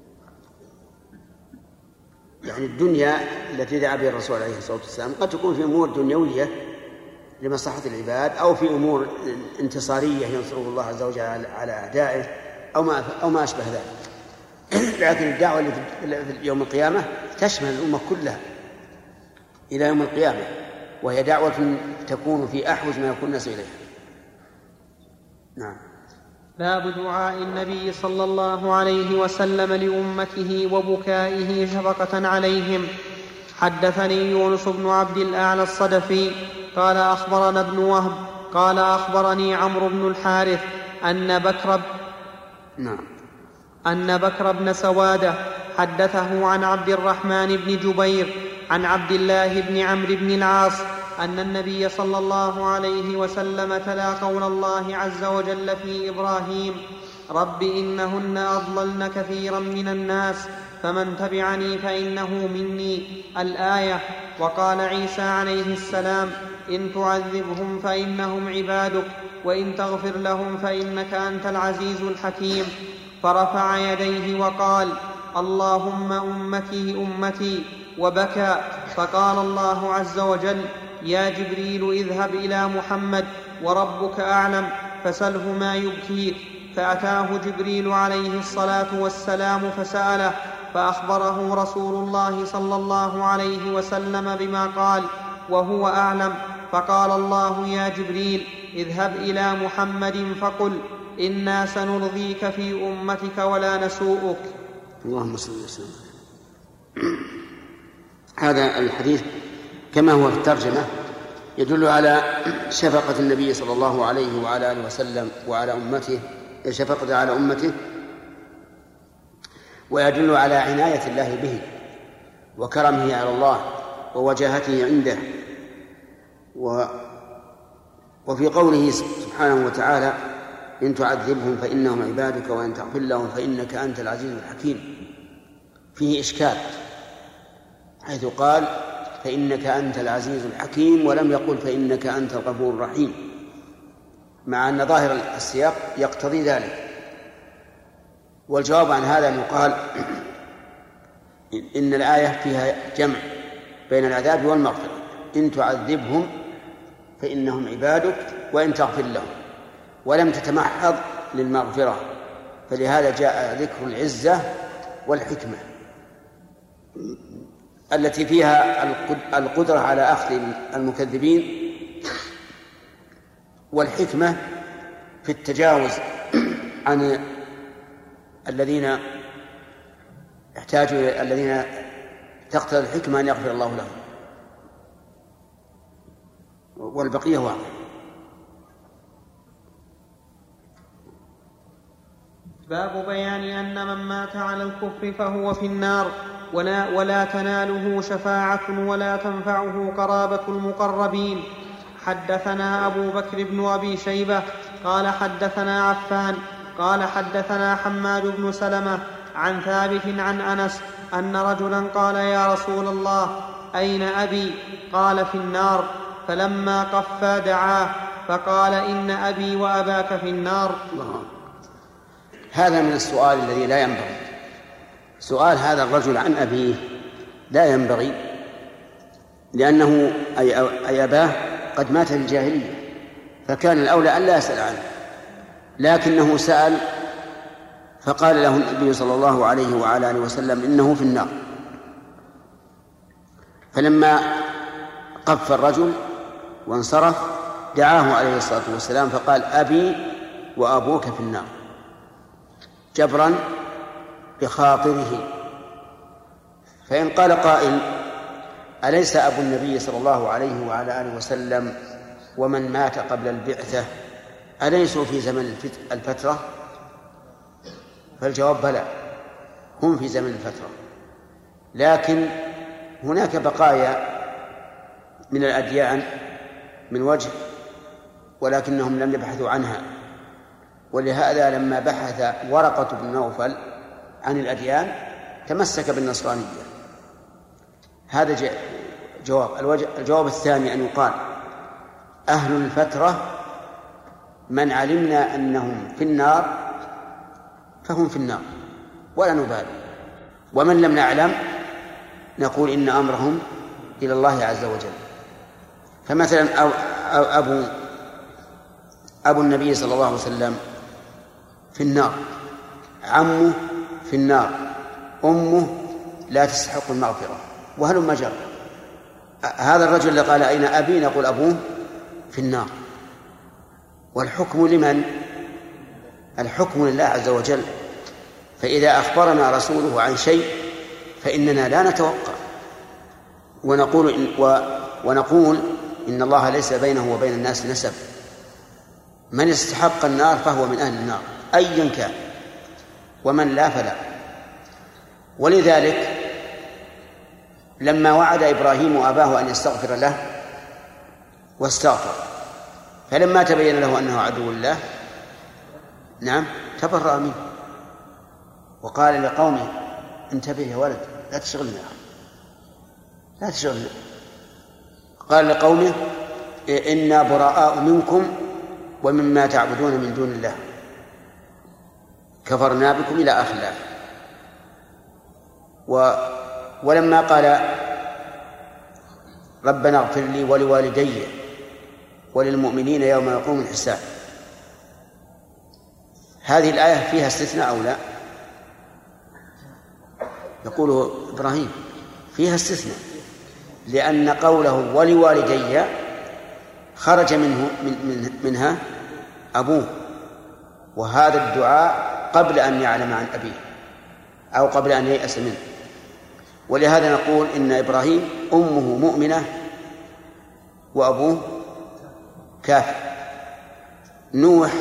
يعني الدنيا التي دعا بها الرسول عليه الصلاة والسلام قد تكون في أمور دنيوية لمصلحة العباد أو في أمور انتصارية ينصره الله عز وجل على أعدائه أو ما أو ما أشبه ذلك. لكن الدعوة اللي في يوم القيامة تشمل الأمة كلها إلى يوم القيامة، وهي دعوة تكون في أحوج ما يكون الناس إليها. نعم. باب دعاء النبي صلى الله عليه وسلم لأمته وبكائه شفقة عليهم. حدثني يونس بن عبد الأعلى الصدفي قال أخبرنا ابن وهب قال أخبرني عمرو بن الحارث أن بكر نعم. أن بكر بن سوادة حدثه عن عبد الرحمن بن جبير عن عبد الله بن عمرو بن العاص أن النبي صلى الله عليه وسلم تلا قول الله عز وجل في إبراهيم: رب إنهن أضللن كثيرا من الناس فمن تبعني فإنه مني، الآية. وقال عيسى عليه السلام: إن تعذبهم فإنهم عبادك وإن تغفر لهم فإنك أنت العزيز الحكيم. فرفع يديه وقال: اللهم أمتي أمتي، وبكى. فقال الله عز وجل: يا جبريل اذهب إلى محمد وربك أعلم فسله ما يبكيك. فأتاه جبريل عليه الصلاة والسلام فسأله فأخبره رسول الله صلى الله عليه وسلم بما قال وهو أعلم. فقال الله: يا جبريل اذهب إلى محمد فقل إنا سنرضيك في أمتك ولا نسوءك. اللهم صل وسلم. هذا الحديث كما هو في الترجمة يدل على شفقة النبي صلى الله عليه وعلى آله وسلم وعلى أمته، شفقة على أمته، ويدل على عناية الله به وكرمه على الله ووجاهته عنده. و وفي قوله سبحانه وتعالى: إن تعذبهم فإنهم عبادك وإن تغفر لهم فإنك أنت العزيز الحكيم، فيه إشكال حيث قال: فإنك أنت العزيز الحكيم، ولم يقل فإنك أنت الغفور الرحيم، مع أن ظاهر السياق يقتضي ذلك. والجواب عن هذا أن يقال إن الآية فيها جمع بين العذاب والمغفرة: إن تعذبهم فإنهم عبادك وإن تغفر لهم، ولم تتمحض للمغفرة، فلهذا جاء ذكر العزة والحكمة التي فيها القدرة على أخذ المكذبين، والحكمة في التجاوز عن الذين يحتاجوا الذين تقتضي الحكمة أن يغفر الله لهم، والبقية واضح. باب بيان أن من مات على الكفر فهو في النار. ولا, ولا تناله شفاعة ولا تنفعه قرابة المقربين. حدثنا أبو بكر بن أبي شيبة قال حدثنا عفان قال حدثنا حماد بن سلمة عن ثابت عن أنس أن رجلا قال يا رسول الله أين أبي؟ قال في النار. فلما قفى دعاه فقال إن أبي وأباك في النار. الله. هذا من السؤال الذي لا ينبغي. سؤال هذا الرجل عن أبيه لا ينبغي، لأنه أي أباه قد مات في الجاهلية، فكان الأولى أن لا يسأل عنه، لكنه سأل فقال له النبي صلى الله عليه وعلى آله وسلم إنه في النار. فلما قف الرجل وانصرف دعاه عليه الصلاة والسلام فقال أبي وأبوك في النار، جبرا بخاطره. فإن قال قائل أليس أبو النبي صلى الله عليه وعلى آله وسلم ومن مات قبل البعثة أليسوا في زمن الفترة؟ فالجواب بلى، هم في زمن الفترة، لكن هناك بقايا من الأديان من وجه، ولكنهم لم يبحثوا عنها. ولهذا لما بحث ورقة بن نوفل عن الأديان تمسك بالنصرانية. هذا جواب. الجواب الثاني أن يقال أهل الفترة من علمنا أنهم في النار فهم في النار ولا نبالي، ومن لم نعلم نقول إن أمرهم إلى الله عز وجل. فمثلا أو أبو أبو النبي صلى الله عليه وسلم في النار، عمه في النار، أمه لا تستحق المغفرة، وهل مجر. هذا الرجل اللي قال أين أبي نقول أبوه في النار. والحكم لمن؟ الحكم لله عز وجل. فإذا أخبرنا رسوله عن شيء فإننا لا نتوقع ونقول إن و ونقول إن الله ليس بينه وبين الناس نسب، من استحق النار فهو من أهل النار أيا كان، ومن لا فلا. ولذلك لما وعد إبراهيم أباه أن يستغفر له واستغفر، فلما تبين له أنه عدو الله نعم تبرأ منه وقال لقومه انتبه يا ولد لا تشغلنا لا تشغلنا قال لقومه إنا براء منكم ومما تعبدون من دون الله كفرنا بكم إلى آخر الآية. و ولما قال ربنا اغفر لي ولوالدي وللمؤمنين يوم يقوم الحساب، هذه الآية فيها استثناء أو لا؟ يقول إبراهيم فيها استثناء، لأن قوله ولوالدي خرج منه من من منها أبوه، وهذا الدعاء قبل أن يعلم عن أبيه أو قبل أن ييأس منه. ولهذا نقول إن إبراهيم أمه مؤمنة وأبوه كافر. نوح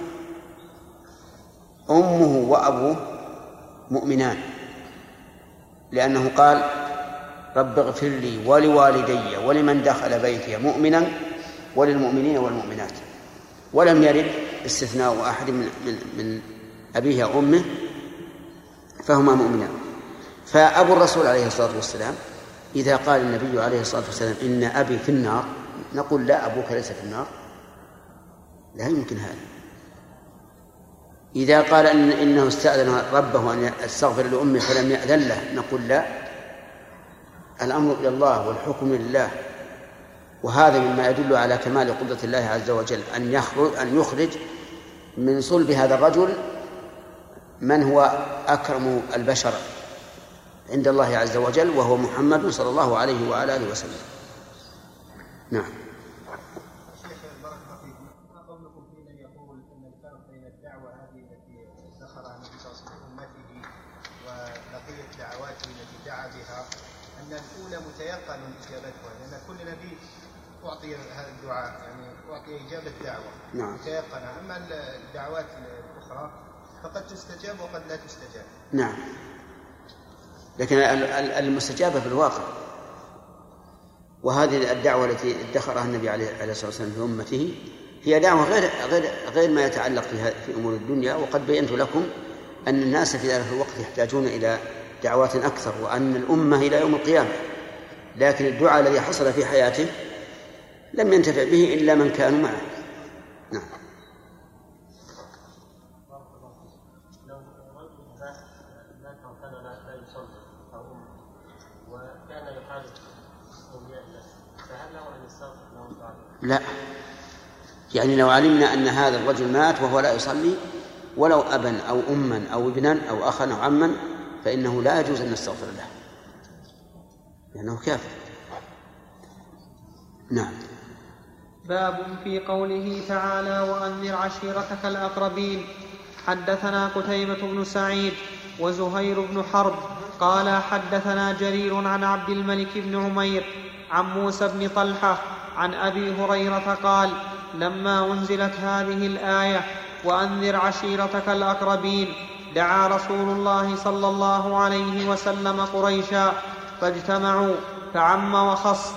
أمه وأبوه مؤمنان، لأنه قال رب اغفر لي ولوالدي ولمن دخل بيتي مؤمنا وللمؤمنين والمؤمنات، ولم يرد استثناء أحد من, من, من أبيه وأمه فهما مؤمنان. فأبو الرسول عليه الصلاة والسلام إذا قال النبي عليه الصلاة والسلام إن أبي في النار نقول لا أبوك ليس في النار، لا يمكن هذا. إذا قال إن إنه استأذن ربه أن يستغفر لأمه فلم يأذن له نقول لا، الأمر إلى الله والحكم لله. وهذا مما يدل على كمال قدرة الله عز وجل أن يخرج أن يخرج من صلب هذا الرجل من هو أكرم البشر عند الله عز وجل، وهو محمد صلى الله عليه وعلى آله وسلم. نعم. شيخ بارك الله فيكم، ما قولكم في من يقول ان الفرق بين الدعوه هذه التي ذكرها النبي صلى الله عليه وسلم امته وبقيه دعواته التي دعا بها ان الاولى متيقن اجابتها، لان كل نبي اعطي هذا الدعاء يعني اعطي اجابه دعوه نعم. متيقنه، اما الدعوات الاخرى فقد تستجاب وقد لا تستجاب. نعم. لكن المستجابة في الواقع. وهذه الدعوة التي ادخرها النبي عليه الصلاة والسلام في أمته هي دعوة غير غير غير ما يتعلق في أمور الدنيا. وقد بينت لكم أن الناس في ذلك الوقت يحتاجون إلى دعوات أكثر، وأن الأمة إلى يوم القيامة. لكن الدعاء الذي حصل في حياته لم ينتفع به إلا من كانوا معه. نعم. لا، يعني لو علمنا أن هذا الرجل مات وهو لا يصلي ولو أبا أو أما أو ابنا أو أخا أو عما فإنه لا يجوز أن نستغفر له لأنه كافر. نعم. باب في قوله تعالى وأنذر عشيرتك الأقربين. حدثنا قتيبة بن سعيد وزهير بن حرب قال حدثنا جرير عن عبد الملك بن عمير عن موسى بن طلحة عن أبي هريرة قال لما أنزلت هذه الآية وأنذر عشيرتك الأقربين دعا رسول الله صلى الله عليه وسلم قريشا فاجتمعوا فعم وخص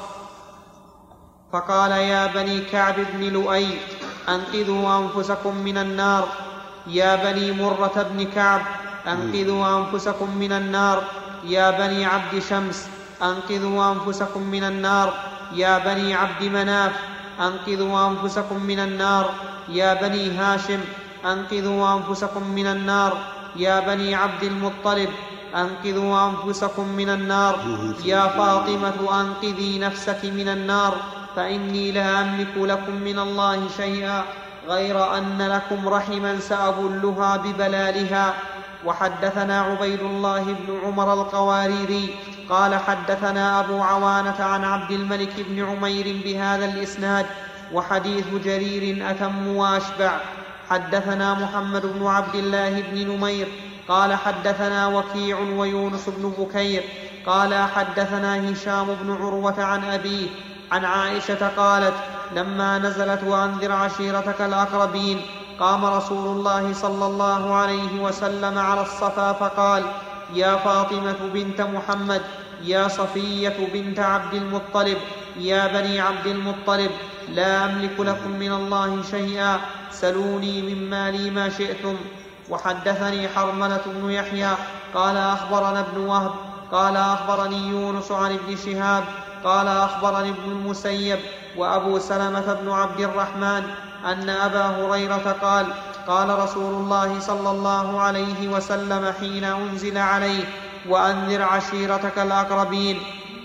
فقال يا بني كعب بن لؤي أنقذوا أنفسكم من النار، يا بني مرة بن كعب أنقذوا أنفسكم من النار، يا بني عبد شمس أنقذوا أنفسكم من النار، يا بني عبد مناف أنقذوا أنفسكم من النار، يا بني هاشم أنقذوا أنفسكم من النار، يا بني عبد المطلب أنقذوا أنفسكم من النار، يا فاطمة أنقذي نفسك من النار فإني لا أملك لكم من الله شيئا غير أن لكم رحما سأبلها ببلالها. وحدثنا عبيد الله بن عمر القواريري قال حدثنا أبو عوانة عن عبد الملك بن عمير بهذا الإسناد وحديث جرير أتم وأشبع. حدثنا محمد بن عبد الله بن نمير قال حدثنا وكيع ويونس بن بكير قال حدثنا هشام بن عروة عن أبيه عن عائشة قالت لما نزلت وأنذر عشيرتك الأقربين قام رسول الله صلى الله عليه وسلم على الصفا فقال يا فاطمة بنت محمد، يا صفية بنت عبد المطلب، يا بني عبد المطلب لا أملك لكم من الله شيئا سلوني من مالي ما شئتم. وحدثني حرملة بن يحيى قال أخبرنا ابن وهب قال أخبرني يونس عن ابن شهاب قال أخبرني ابن المسيب وأبو سلمة بن عبد الرحمن أن أبا هريرة قال قال رسول الله صلى الله عليه وسلم حين أنزل عليه وأنذر عشيرتك الأقربين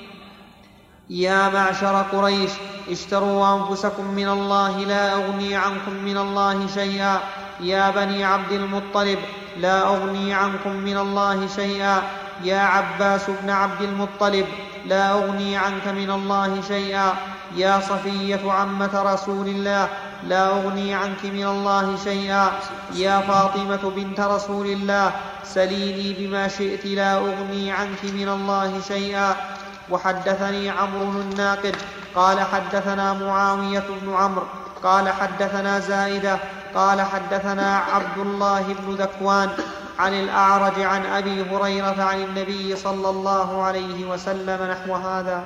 يا معشر قريش اشتروا أنفسكم من الله لا أغني عنكم من الله شيئا، يا بني عبد المطلب لا أغني عنكم من الله شيئا، يا عباس بن عبد المطلب لا أغني عنك من الله شيئا، يا صفية عمة رسول الله لا أغني عنك من الله شيئا، يا فاطمة بنت رسول الله سليني بما شئت لا أغني عنك من الله شيئا. وحدثني عمرو الناقد قال حدثنا معاوية بن عمرو قال حدثنا زائدة قال حدثنا عبد الله بن ذكوان عن الأعرج عن أبي هريرة عن النبي صلى الله عليه وسلم نحو هذا.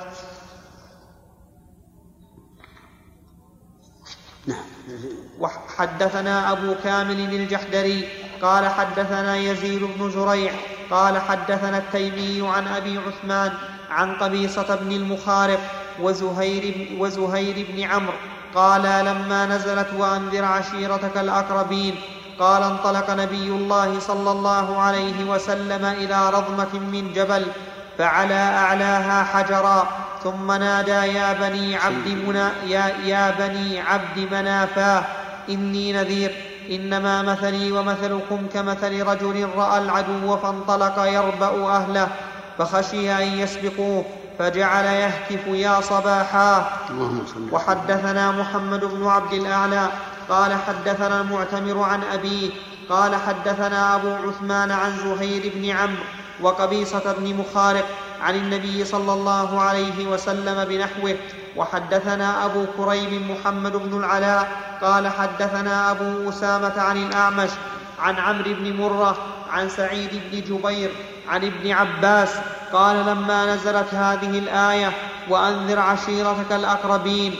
وحدثنا أبو كامل الجحدري قال حدثنا يزيد بن زريع قال حدثنا التيمي عن أبي عثمان عن قبيصة بن المخارق وزهير, وزهير بن عمرو قال لما نزلت وأنذر عشيرتك الأقربين قال انطلق نبي الله صلى الله عليه وسلم إلى رضمة من جبل فعلى أعلاها حجرا ثم نادى يا بني عبد, منا يا, يا بني عبد منافاه إني نذير إنما مثلي ومثلكم كمثل رجل رأى العدو فانطلق يربأ أهله فخشي أن يسبقوه فجعل يهتف يا صباحا. وحدثنا محمد بن عبد الأعلى قال حدثنا المعتمر عن أبيه قال حدثنا أبو عثمان عن زهير بن عمرو وقبيصة بن مخارق عن النبي صلى الله عليه وسلم بنحوه. وحدثنا أبو كريب محمد بن العلاء قال حدثنا أبو أسامة عن الأعمش عن عمرو بن مرة عن سعيد بن جبير عن ابن عباس قال لما نزلت هذه الآية وأنذر عشيرتك الأقربين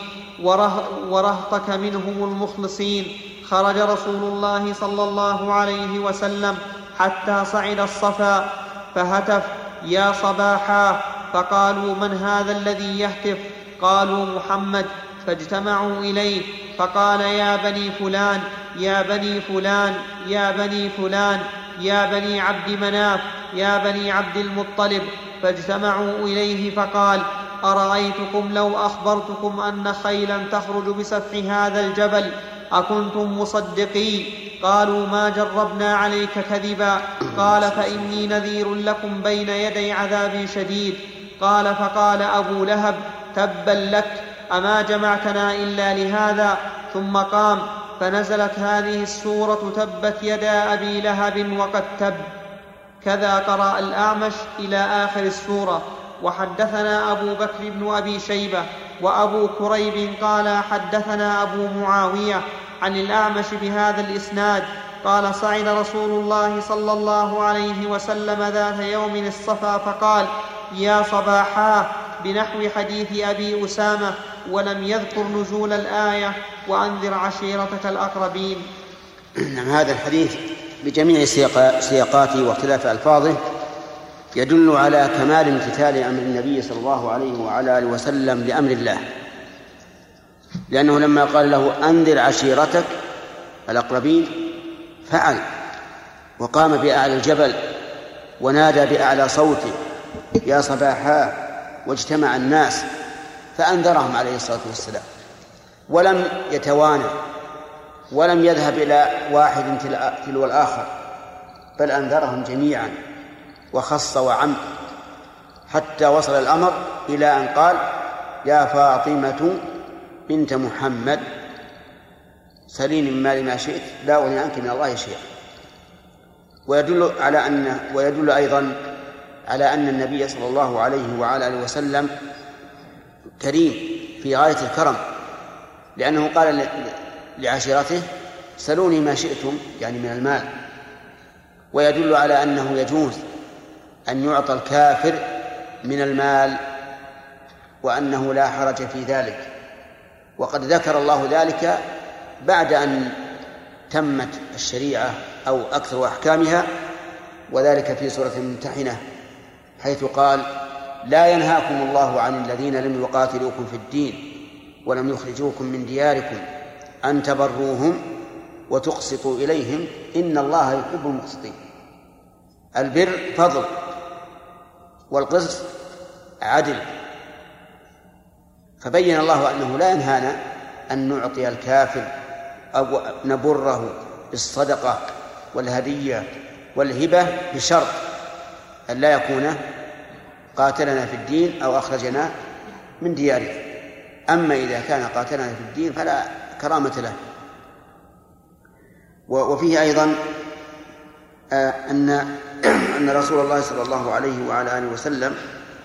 ورهطك منهم المخلصين خرج رسول الله صلى الله عليه وسلم حتى صعد الصفا فهتف يا صباحا فقالوا من هذا الذي يهتف؟ قالوا محمد، فاجتمعوا إليه فقال يا بني فلان يا بني فلان يا بني فلان يا بني عبد مناف يا بني عبد المطلب، فاجتمعوا إليه فقال أرأيتكم لو أخبرتكم أن خيلا تخرج بسفح هذا الجبل أكنتم مصدقي؟ قالوا ما جربنا عليك كذبا. قال فإني نذير لكم بين يدي عذاب شديد. قال فقال أبو لهب تبا لك أما جمعتنا إلا لهذا؟ ثم قام فنزلت هذه السورة تبت يدا أبي لهب وقد تب. كذا قرأ الأعمش إلى آخر السورة. وحدثنا أبو بكر بن أبي شيبة وأبو كريب قال حدثنا أبو معاوية عن الأعمش بهذا الإسناد قال صعد رسول الله صلى الله عليه وسلم ذات يوم الصفا فقال يا صباحا بنحو حديث أبي أسامة ولم يذكر نزول الآية وأنذر عشيرتك الأقربين. هذا الحديث بجميع سياقاته واختلاف ألفاظه يدل على كمال امتثال أمر النبي صلى الله عليه وعلى آله وسلم لأمر الله، لأنه لما قال له أنذر عشيرتك الأقربين فعل وقام بأعلى الجبل ونادى بأعلى صوته يا صباحا، واجتمع الناس فأنذرهم عليه الصلاة والسلام، ولم يتوانى ولم يذهب إلى واحد تلو الآخر، بل أنذرهم جميعا وخص وعم، حتى وصل الأمر إلى أن قال يا فاطمة بنت محمد سليني من مال ما شئت لا أغني عنك من الله شيئا. ويدل على أن ويدل أيضا على أن النبي صلى الله عليه وعلى آله وسلم كريم في غاية الكرم، لأنه قال لعشيرته سلوني ما شئتم يعني من المال. ويدل على أنه يجوز أن يعطى الكافر من المال وأنه لا حرج في ذلك، وقد ذكر الله ذلك بعد أن تمت الشريعة أو أكثر أحكامها، وذلك في سورة الممتحنة حيث قال لا ينهاكم الله عن الذين لم يقاتلوكم في الدين ولم يخرجوكم من دياركم أن تبروهم وتقسطوا إليهم إن الله يحب المقسطين. البر فضل والقسط عدل، فبين الله أنه لا ينهانا أن نعطي الكافر أو نبره بالصدقة والهدية والهبة بشرط أن لا يكون قاتلنا في الدين أو أخرجنا من ديارنا. أما إذا كان قاتلنا في الدين فلا كرامة له. وفيه أيضا أن أن رسول الله صلى الله عليه وعلى آله وسلم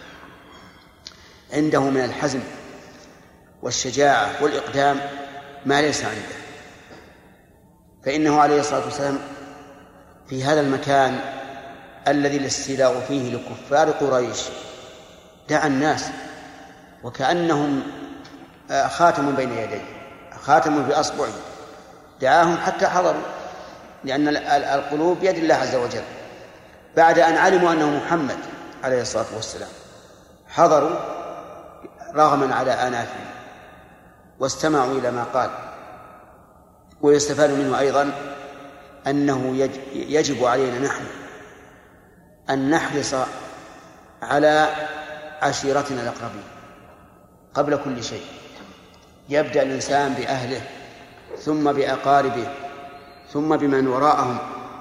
عنده من الحزم والشجاعة والإقدام ما ليس عنده، فإنه عليه الصلاة والسلام في هذا المكان الذي الاستيلاء فيه لكفار قريش دعا الناس وكأنهم خاتم بين يديه، خاتم بأصبعه، دعاهم حتى حضروا، لأن القلوب بيد الله عز وجل. بعد أن علموا أنه محمد عليه الصلاة والسلام حضروا رغما على آنافهم واستمعوا إلى ما قال. ويستفاد منه أيضا أنه يجب علينا نحن أن نحرص على عشيرتنا الأقربين قبل كل شيء. يبدأ الإنسان بأهله ثم بأقاربه ثم بمن وراءهم،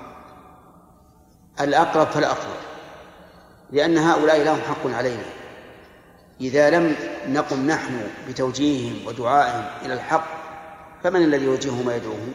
الأقرب فالأقرب، لأن هؤلاء لهم حق علينا. إذا لم نقم نحن بتوجيههم ودعائهم إلى الحق فمن الذي يوجههم ويدعوهم؟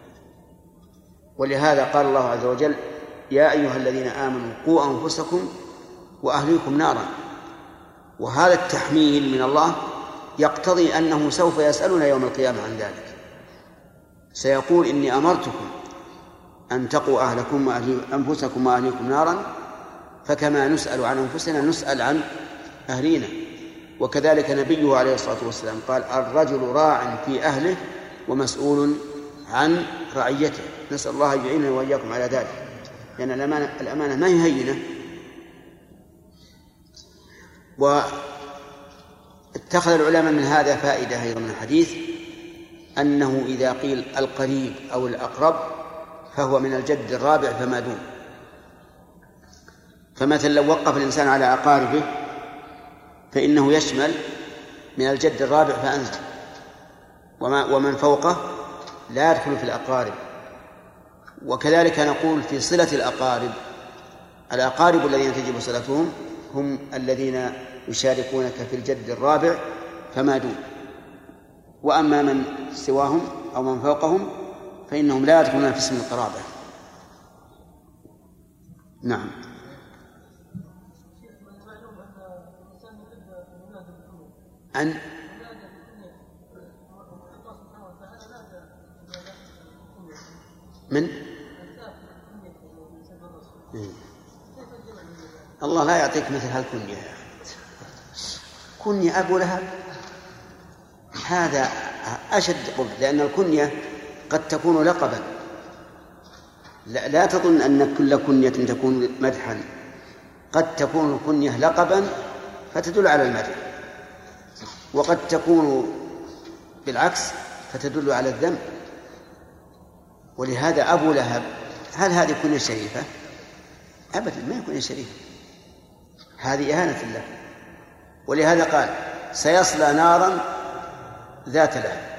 ولهذا قال الله عز وجل يا أيها الذين آمنوا قوا أنفسكم وأهليكم نارا. وهذا التحميل من الله يقتضي أنه سوف يسألنا يوم القيامة عن ذلك، سيقول إني أمرتكم أن تقوا أهلكم أنفسكم وأهليكم نارا فكما نسأل عن أنفسنا نسأل عن أهلينا. وكذلك نبيه عليه الصلاة والسلام قال الرجل راع في أهله ومسؤول عن رعيته. نسأل الله يعيننا وإياكم على ذلك، لأن الأمانة, الأمانة ما هي هينة. واتخذ العلماء من هذا فائدة أيضا من الحديث، أنه إذا قيل القريب أو الأقرب فهو من الجد الرابع فما دون. فمثلا لو وقف الإنسان على أقاربه فإنه يشمل من الجد الرابع فأنزل، وما ومن فوقه لا يدخل في الأقارب. وكذلك نقول في صلة الأقارب، الأقارب الذين تجب صلتهم هم الذين يشاركونك في الجد الرابع فما دون، وأما من سواهم أو من فوقهم فإنهم لا يدخلون في اسم القرابة. نعم. عن من الله لا يعطيك مثل هالكنية. كنية أبو لهب هذا أشد قبح، لأن الكنية قد تكون لقبا. لا, لا تظن أن كل كنية تكون مدحا، قد تكون الكنية لقبا فتدل على المدح، وقد تكون بالعكس فتدل على الذنب. ولهذا أبو لهب هل هذه كنية شريفة؟ أبدا ما يكون شريفة، هذه إهانة له. ولهذا قال سيصلى نارا ذات لهب.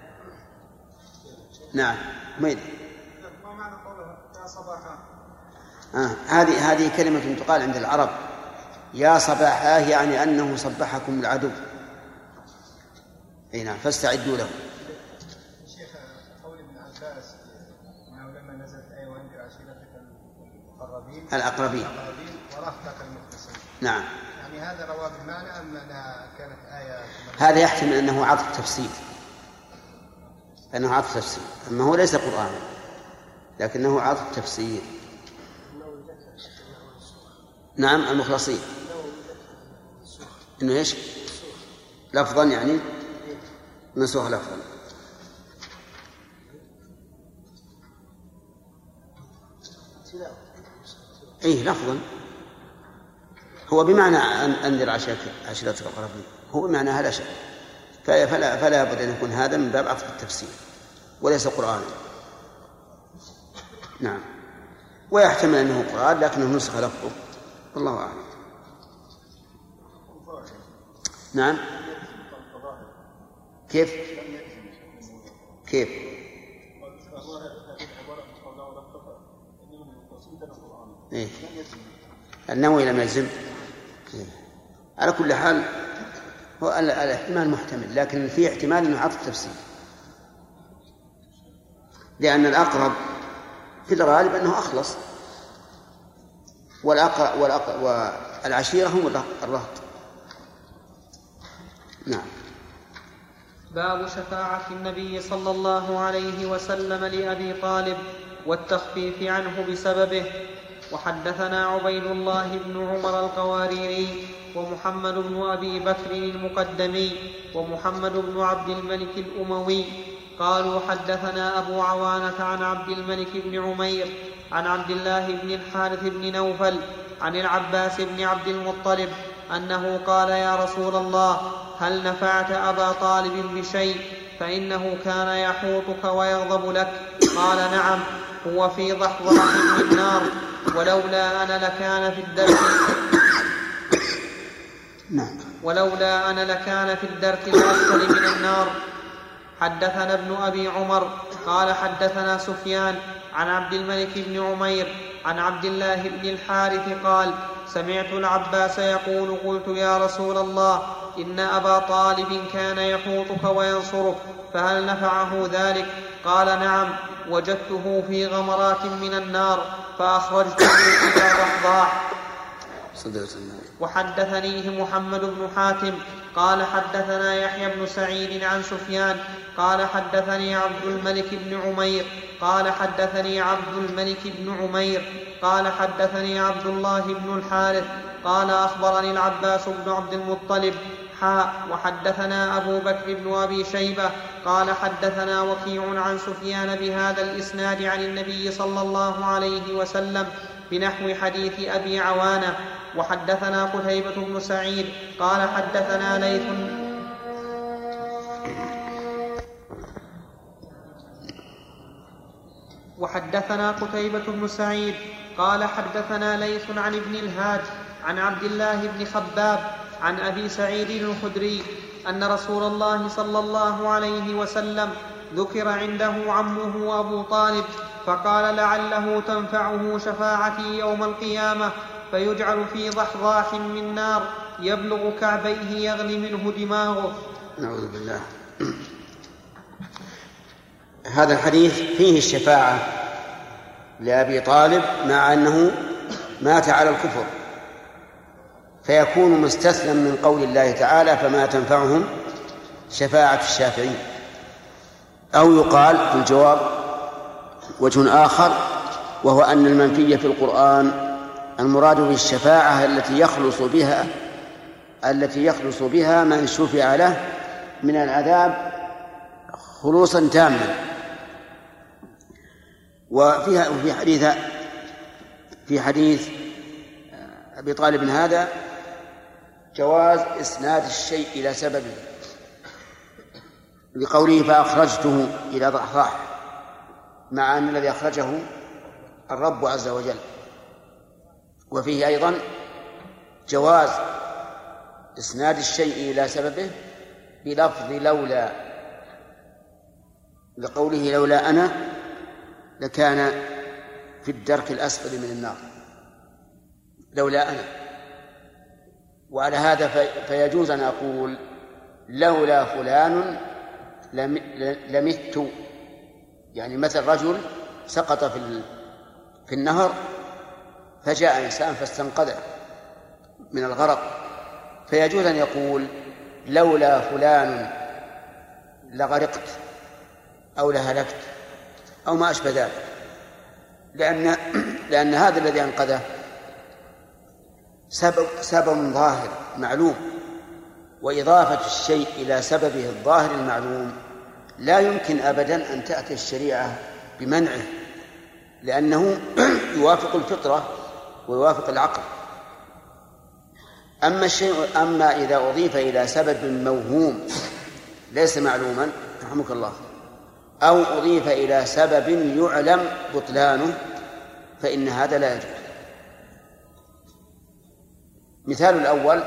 نعم. ميد. ما معنى قوله يا صباحا؟ آه. هذه هذه كلمة تقال عند العرب، يا صباحا يعني أنه صبحكم العدو. أي نعم، فاستعدوا له. شيخ قول ابن عباس أنه لما نزلت آية وأنذر عشيرتك المقربين الأقربين ورهطك المخلصين. نعم. يعني هذا رواه بالمعنى أم أنها كانت آية؟ هذا يحتمل أنه عطف تفسير، أنه عطف تفسير، أما هو ليس قرآنا لكنه عطف تفسير. نعم المخلصين إنه إيش لفظا يعني منسوخ لفظا. إيه لفظا هو بمعنى أنذر عشيرتك الأقربين، هو بمعنى هذا شيء، فلا فلا بد أن يكون هذا من باب عطف التفسير وليس قرآنا. نعم. ويحتمل أنه قرآن لكنه نسخ لفظه، والله أعلم. نعم. كيف كيف إيه؟ النووي لم يلزم. إيه؟ على كل حال هو الاحتمال محتمل، لكن في احتمال انه عطف تفسير، لأن الأقرب في الغالب أنه أخلص، والأقرب والأقرب والعشيرة هم الرهط. نعم. باب شفاعة النبي صلى الله عليه وسلم لأبي طالب والتخفيف عنه بسببه. وحدثنا عبيد الله بن عمر القواريري ومحمد بن أبي بكر المقدمي ومحمد بن عبد الملك الأموي قالوا حدثنا أبو عوانة عن عبد الملك بن عمير عن عبد الله بن الحارث بن نوفل عن العباس بن عبد المطلب أنه قال يا رسول الله هل نفعت أبا طالب بشيء فإنه كان يحوطك ويغضب لك؟ قال نعم، هو في ضحضاح من النار، ولولا أنا لكان في الدرك ولولا أنا لكان في الدرك الأسفل من النار. حدثنا ابن أبي عمر قال حدثنا سفيان عن عبد الملك بن عمير عن عبد الله بن الحارث قال سمعت العباس يقول قلت يا رسول الله إن أبا طالب كان يحوطك وينصرك فهل نفعه ذلك؟ قال نعم، وجدته في غمرات من النار فأخرجته إلى ضحضاح. وحدثنيه محمد بن حاتم قال حدثنا يحيى بن سعيد عن سفيان قال حدثني عبد الملك بن عمير قال حدثني عبد الملك بن عمير قال حدثني عبد الله بن الحارث قال أخبرني العباس بن عبد المطلب حاء وحدثنا أبو بكر بن أبي شيبة قال حدثنا وكيع عن سفيان بهذا الإسناد عن النبي صلى الله عليه وسلم بنحو حديث أبي عوانة. وحدثنا قتيبة بن سعيد قال حدثنا ليث وحدثنا قتيبة بن سعيد قال حدثنا ليث عن ابن الهاد عن عبد الله بن خباب عن أبي سعيد الخدري أن رسول الله صلى الله عليه وسلم ذكر عنده عمه أبو طالب فقال لعله تنفعه شفاعتي يوم القيامة فيجعل في ضحضاح من نار يبلغ كعبيه يغلي منه دماغه. نعوذ بالله. هذا الحديث فيه الشفاعة لأبي طالب مع أنه مات على الكفر، فيكون مستثنى من قول الله تعالى فما تنفعهم شفاعة الشافعين. أو يقال في الجواب وجه آخر، وهو أن المنفي في القرآن المراد بالشفاعة التي يخلص بها التي يخلص بها من شفع له من العذاب خلوصا تاما. وفيها وفي حديث في حديث أبي طالب هذا جواز إسناد الشيء إلى سببه، لقوله فأخرجته إلى ضحضاح، مع أن الذي أخرجه الرب عز وجل. وفيه أيضا جواز إسناد الشيء إلى سببه بلفظ لولا، لقوله لولا أنا لكان في الدرك الأسفل من النار، لولا أنا. وعلى هذا فيجوز أن أقول لولا فلان لمت، يعني مثل رجل سقط في في النهر فجاء إنسان فاستنقذه من الغرق، فيجوز أن يقول لولا فلان لغرقت أو لهلكت أو ما أشبه ذلك، لأن لأن هذا الذي أنقذه سبب سبب ظاهر معلوم، وإضافة الشيء إلى سببه الظاهر المعلوم لا يمكن أبدا أن تأتي الشريعة بمنعه، لأنه يوافق الفطرة ويوافق العقل. أما الشيء أما إذا أضيف إلى سبب موهوم ليس معلوما رحمك الله، أو أضيف إلى سبب يعلم بطلانه، فإن هذا لا يجوز. مثال الأول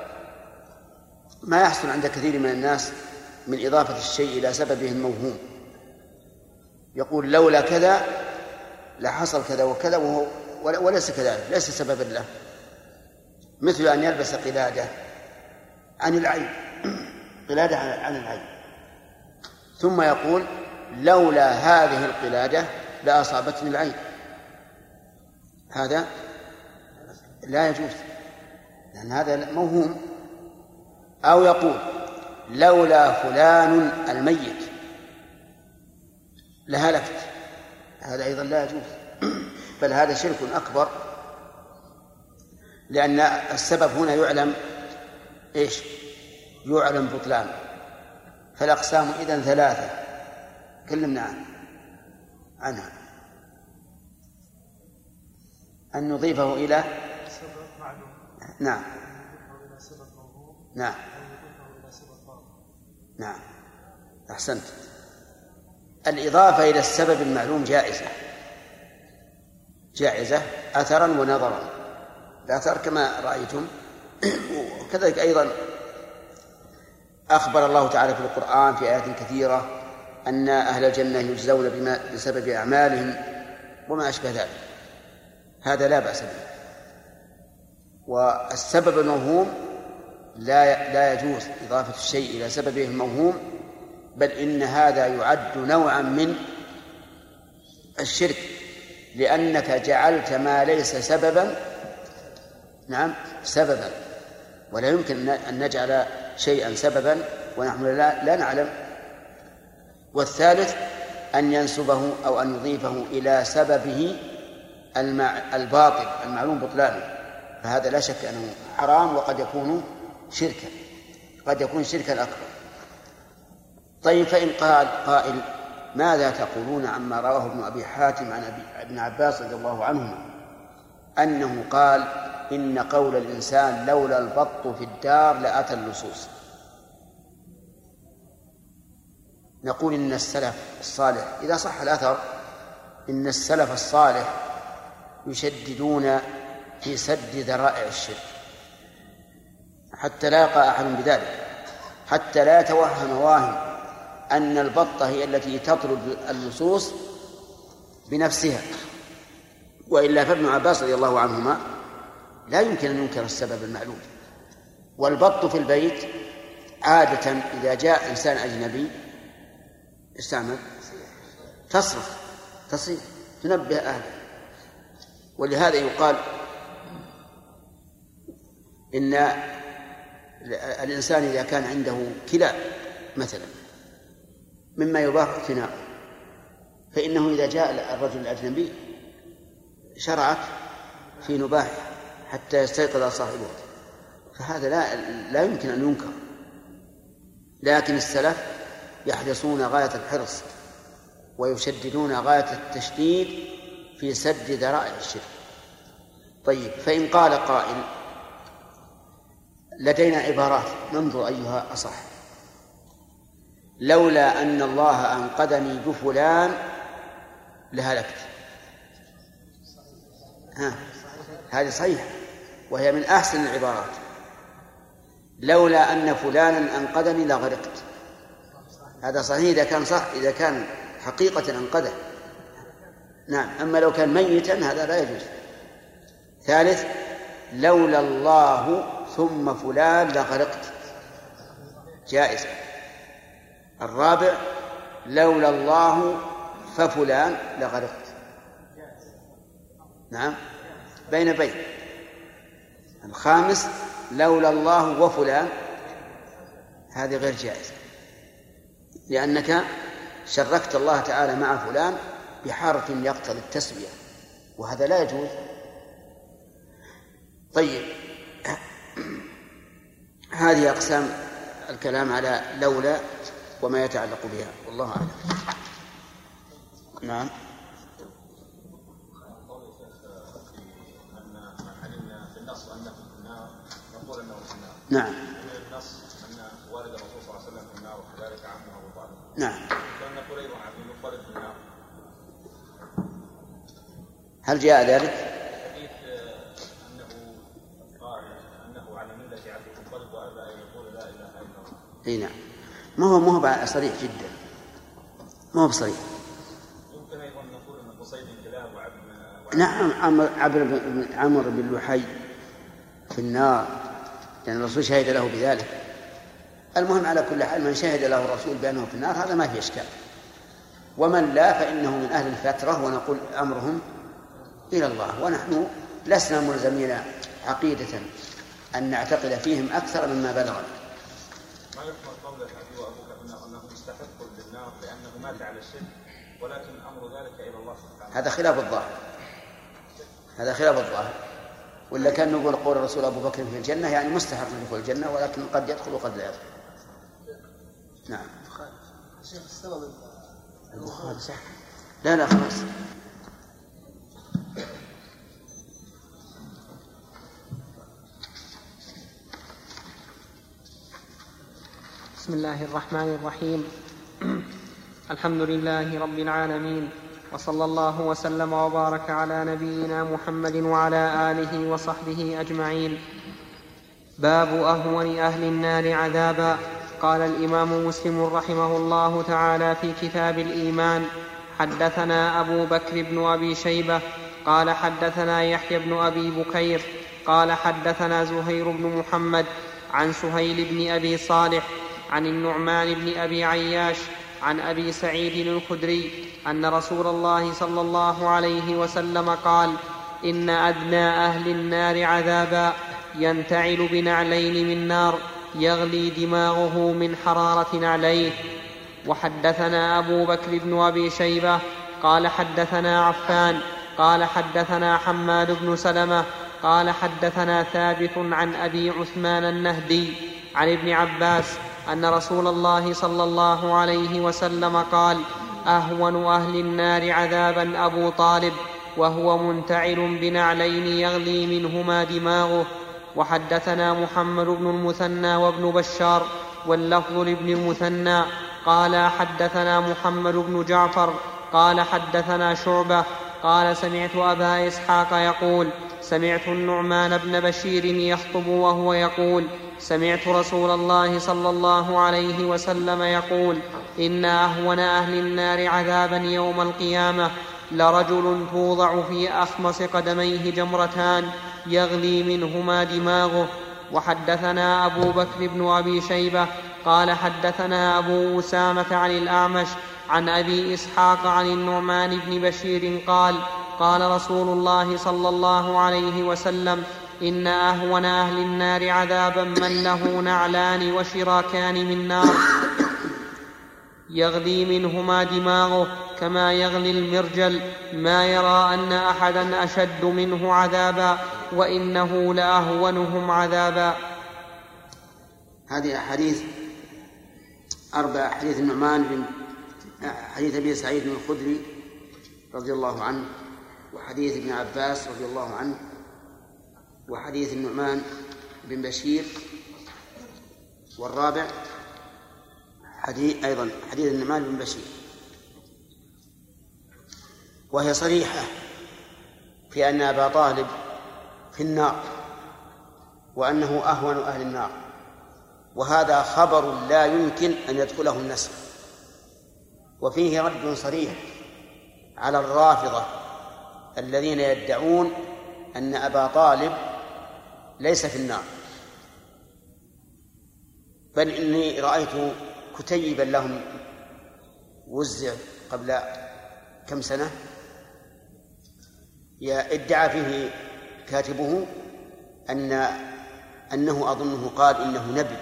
ما يحصل عند كثير من الناس من إضافة الشيء إلى سببه الموهوم، يقول لولا كذا لحصل كذا وكذا وهو وليس كذلك، ليس سببا له، مثل أن يلبس قلادة عن العين قلادة عن العين ثم يقول لولا هذه القلادة لأصابتني العين، هذا لا يجوز لأن هذا موهوم. أو يقول لولا فلان الميت لهلكت، هذا أيضا لا يجوز، بل هذا شرك أكبر، لأن السبب هنا يعلم إيش؟ يعلم بطلان. فالأقسام إذن ثلاثة كلمنا عنها عنها أن نضيفه إلى نعم نعم نعم أحسنت. الإضافة إلى السبب المعلوم جائزة جائزة أثرا ونظرا، الأثر كما رأيتم. وكذلك أيضا أخبر الله تعالى في القرآن في آيات كثيرة أن أهل الجنة يجزون بما بسبب أعمالهم وما أشبه ذلك، هذا لا بأس به. والسبب الموهوم لا لا يجوز إضافة الشيء إلى سببه الموهوم، بل إن هذا يعد نوعا من الشرك، لأنك جعلت ما ليس سببا نعم سببا، ولا يمكن أن نجعل شيئا سببا ونحن لا, لا نعلم. والثالث أن ينسبه أو أن يضيفه إلى سببه المع... الباطل المعلوم بطلانه، فهذا لا شك أنه حرام وقد يكون شركا، قد يكون شركا أكبر. طيب فإن قال قائل ماذا تقولون عما رواه ابن أبي حاتم عن ابن عباس رضي الله عنهما أنه قال إن قول الإنسان لولا البط في الدار لأتى اللصوص؟ نقول إن السلف الصالح إذا صح الأثر إن السلف الصالح يشددون في سد ذرائع الشرك حتى لا يقع أحد بذلك، حتى لا يتوهم واهم أن البطة هي التي تطرد اللصوص بنفسها، وإلا فابن عباس رضي الله عنهما لا يمكن أن ينكر السبب المعلوم. والبط في البيت عادة إذا جاء إنسان أجنبي استعمل تصرف تصرف تنبه أهله. ولهذا يقال إن الإنسان إذا كان عنده كلاب مثلا مما يباح اقتناؤه، فإنه إذا جاء الرجل الأجنبي شرعت في نباح حتى يستيقظ صاحبه، فهذا لا, لا يمكن أن ينكر. لكن السلف يحرصون غاية الحرص ويشددون غاية التشديد في سد ذرائع الشرك. طيب فإن قال قائل لدينا عبارات ننظر أيها أصح، لولا أن الله أنقذني بفلان لهلكت، ها هذه صحيحة وهي من أحسن العبارات، لولا أن فلانا أنقذني لغرقت، هذا صحيح إذا كان صح، إذا كان حقيقة أنقذه. نعم، أما لو كان ميتا هذا لا يجوز. ثالث لولا الله ثم فلان لغرقت، جائزة. الرابع لولا الله ففلان لغرقت، نعم بين بين. الخامس لولا الله وفلان، هذه غير جائزة لأنك شركت الله تعالى مع فلان بحرف يقتضي التسوية، وهذا لا يجوز. طيب هذه أقسام الكلام على لولا وما يتعلق بها، والله أعلم. نعم. نعم. النص أن والد الرسول صلى الله عليه وسلم في النار وكذلك عمه أبو طالب. نعم. كان نقول أيضا عبد المطلب في النار. هل جاء ذلك؟ حديث أنه قال أنه على ملة عبد المطلب وأبى أن يقول لا إله إلا الله. أي نعم. ما هو ما هو صريح جدا، ما هو بصريح. يمكن أيضا نقول أن قصي بن كلاب وعبد. نعم عمرو بن عمرو بن لحي في النار، لأن الرسول شهد له بذلك. المهم على كل حال من شهد له الرسول بأنه في النار هذا ما في إشكال، ومن لا فإنه من أهل الفترة، ونقول أمرهم إلى الله، ونحن لسنا ملزمين عقيدة أن نعتقد فيهم أكثر مما بلغنا. ما يحمل قول الحديث وأبوك أنه مستحق للنار لأنه مات على الشرك، ولكن أمر ذلك إلى الله سبحانه. هذا خلاف الظاهر، هذا خلاف الظاهر. ولا كان نقول قول الرسول أبو بكر في الجنة يعني مستحق من دخول الجنة، ولكن قد يدخل وقد لا يدخل. نعم. شيخ السبب البخاري صح. لا لا خلاص. بسم الله الرحمن الرحيم. الحمد لله رب العالمين، وصلى الله وسلم وبارك على نبينا محمد وعلى آله وصحبه أجمعين. باب أهون أهل النار عذابا. قال الإمام مسلم رحمه الله تعالى في كتاب الإيمان: حدثنا أبو بكر بن أبي شيبة قال حدثنا يحيى بن أبي بكير قال حدثنا زهير بن محمد عن سهيل بن أبي صالح عن النعمان بن أبي عياش عن أبي سعيد الخدري أن رسول الله صلى الله عليه وسلم قال: إن أدنى أهل النار عذابا ينتعل بنعلين من نار يغلي دماغه من حرارة نعليه. وحدثنا أبو بكر بن أبي شيبة قال حدثنا عفان قال حدثنا حماد بن سلمة قال حدثنا ثابت عن أبي عثمان النهدي عن ابن عباس أن رسول الله صلى الله عليه وسلم قال: أهون أهل النار عذابا أبو طالب وهو منتعل بنعلين يغلي منهما دماغه. وحدثنا محمد بن المثنى وابن بشار واللفظ لابن المثنى قال حدثنا محمد بن جعفر قال حدثنا شعبة قال سمعت أبا إسحاق يقول: سمعت النعمان بن بشير يخطب وهو يقول: سمعت رسول الله صلى الله عليه وسلم يقول: إن أهون أهل النار عذابا يوم القيامة لرجل توضع في أخمص قدميه جمرتان يغلي منهما دماغه. وحدثنا أبو بكر بن أبي شيبة قال حدثنا أبو أسامة عن الأعمش عن أبي إسحاق عن النعمان بن بشير قال: قال رسول الله صلى الله عليه وسلم: إن أهون أهل النار عذابا من له نعلان وشراكان من نار يغلي منهما دماغه كما يغلي المرجل، ما يرى أن أحدا أشد منه عذابا وإنه لأهونهم عذابا. هذه أحاديث أربع: حديث النعمان بن حديث أبي سعيد بن الخدري رضي الله عنه، وحديث ابن عباس رضي الله عنه، وحديث النعمان بن بشير، والرابع حديث أيضا حديث النعمان بن بشير. وهي صريحة في أن أبا طالب في النار وأنه أهون أهل النار، وهذا خبر لا يمكن أن يدخله النسخ. وفيه رد صريح على الرافضة الذين يدعون أن أبا طالب ليس في النار، بل إني رأيت كتيبا لهم وزع قبل كم سنة ادعى فيه كاتبه أن أنه أظنه قال إنه نبي،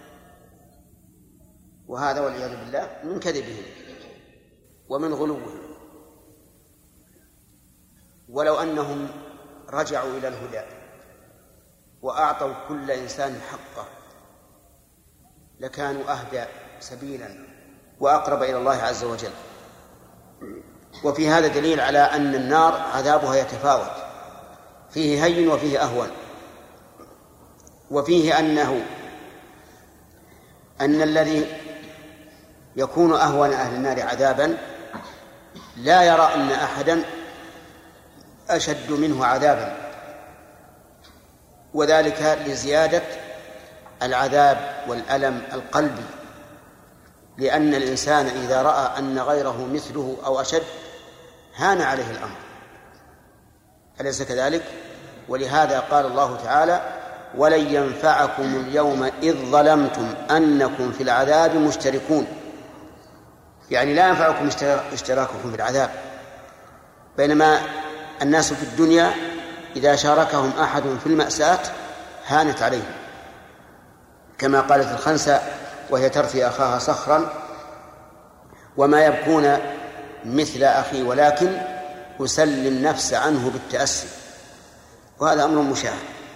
وهذا والعياذ بالله من كذبهم ومن غلوهم. ولو أنهم رجعوا إلى الهدى وأعطوا كل إنسان حقه لكانوا أهدى سبيلا وأقرب إلى الله عز وجل. وفي هذا دليل على أن النار عذابها يتفاوت، فيه هين وفيه أهون. وفيه أنه أن الذي يكون أهون أهل النار عذابا لا يرى أن أحدا أشد منه عذابا، وذلك لزيادة العذاب والألم القلبي، لأن الإنسان إذا رأى أن غيره مثله أو أشد هان عليه الأمر، أليس كذلك؟ ولهذا قال الله تعالى: ولن ينفعكم اليوم إذ ظلمتم أنكم في العذاب مشتركون، يعني لا ينفعكم اشتراككم في العذاب، بينما الناس في الدنيا إذا شاركهم أحد في المأساة هانت عليهم، كما قالت الخنسة وهي ترثي أخاها صخرا: وما يبكون مثل أخي ولكن أسلي النفس عنه بالتأسي. وهذا أمر مشاهد.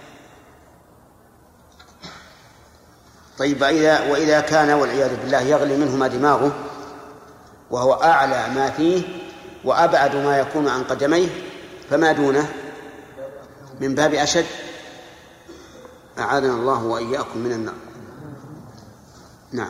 طيب، إذا وإذا كان والعياذ بالله يغلي منهما دماغه وهو أعلى ما فيه وأبعد ما يكون عن قدميه، فما دونه من باب أشد. أعاذنا الله وإياكم من النار. نعم.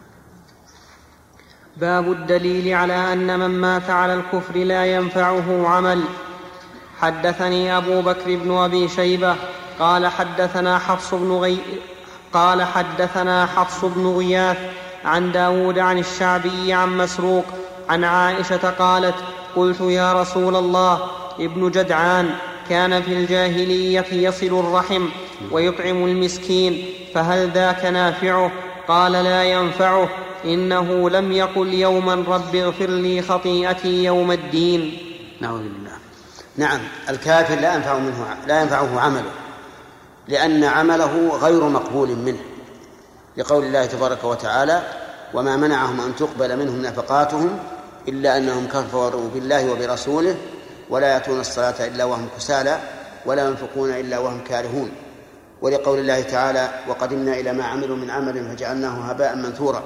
باب الدليل على أن من مات على الكفر لا ينفعه عمل. حدثني أبو بكر بن أبي شيبة قال حدثنا حفص بن غي قال حدثنا حفص بن غياث عن داود عن الشعبي عن مسروق عن عائشة قالت: قلت يا رسول الله، ابن جدعان كان في الجاهلية يصل الرحم ويطعم المسكين، فهل ذاك نافعه؟ قال: لا ينفعه، إنه لم يقل يوما رب اغفر لي خطيئتي يوم الدين. نعوذ بالله. نعم، الكافر لا ينفع منه لا ينفعه عمله، لأن عمله غير مقبول منه، لقول الله تبارك وتعالى: وما منعهم أن تقبل منهم نفقاتهم إلا أنهم كفروا بالله وبرسوله ولا يأتون الصلاة إلا وهم كسالى ولا ينفقون إلا وهم كارهون. ولقول الله تعالى: وقدمنا إلى ما عملوا من عمل فجعلناه هباء منثورا.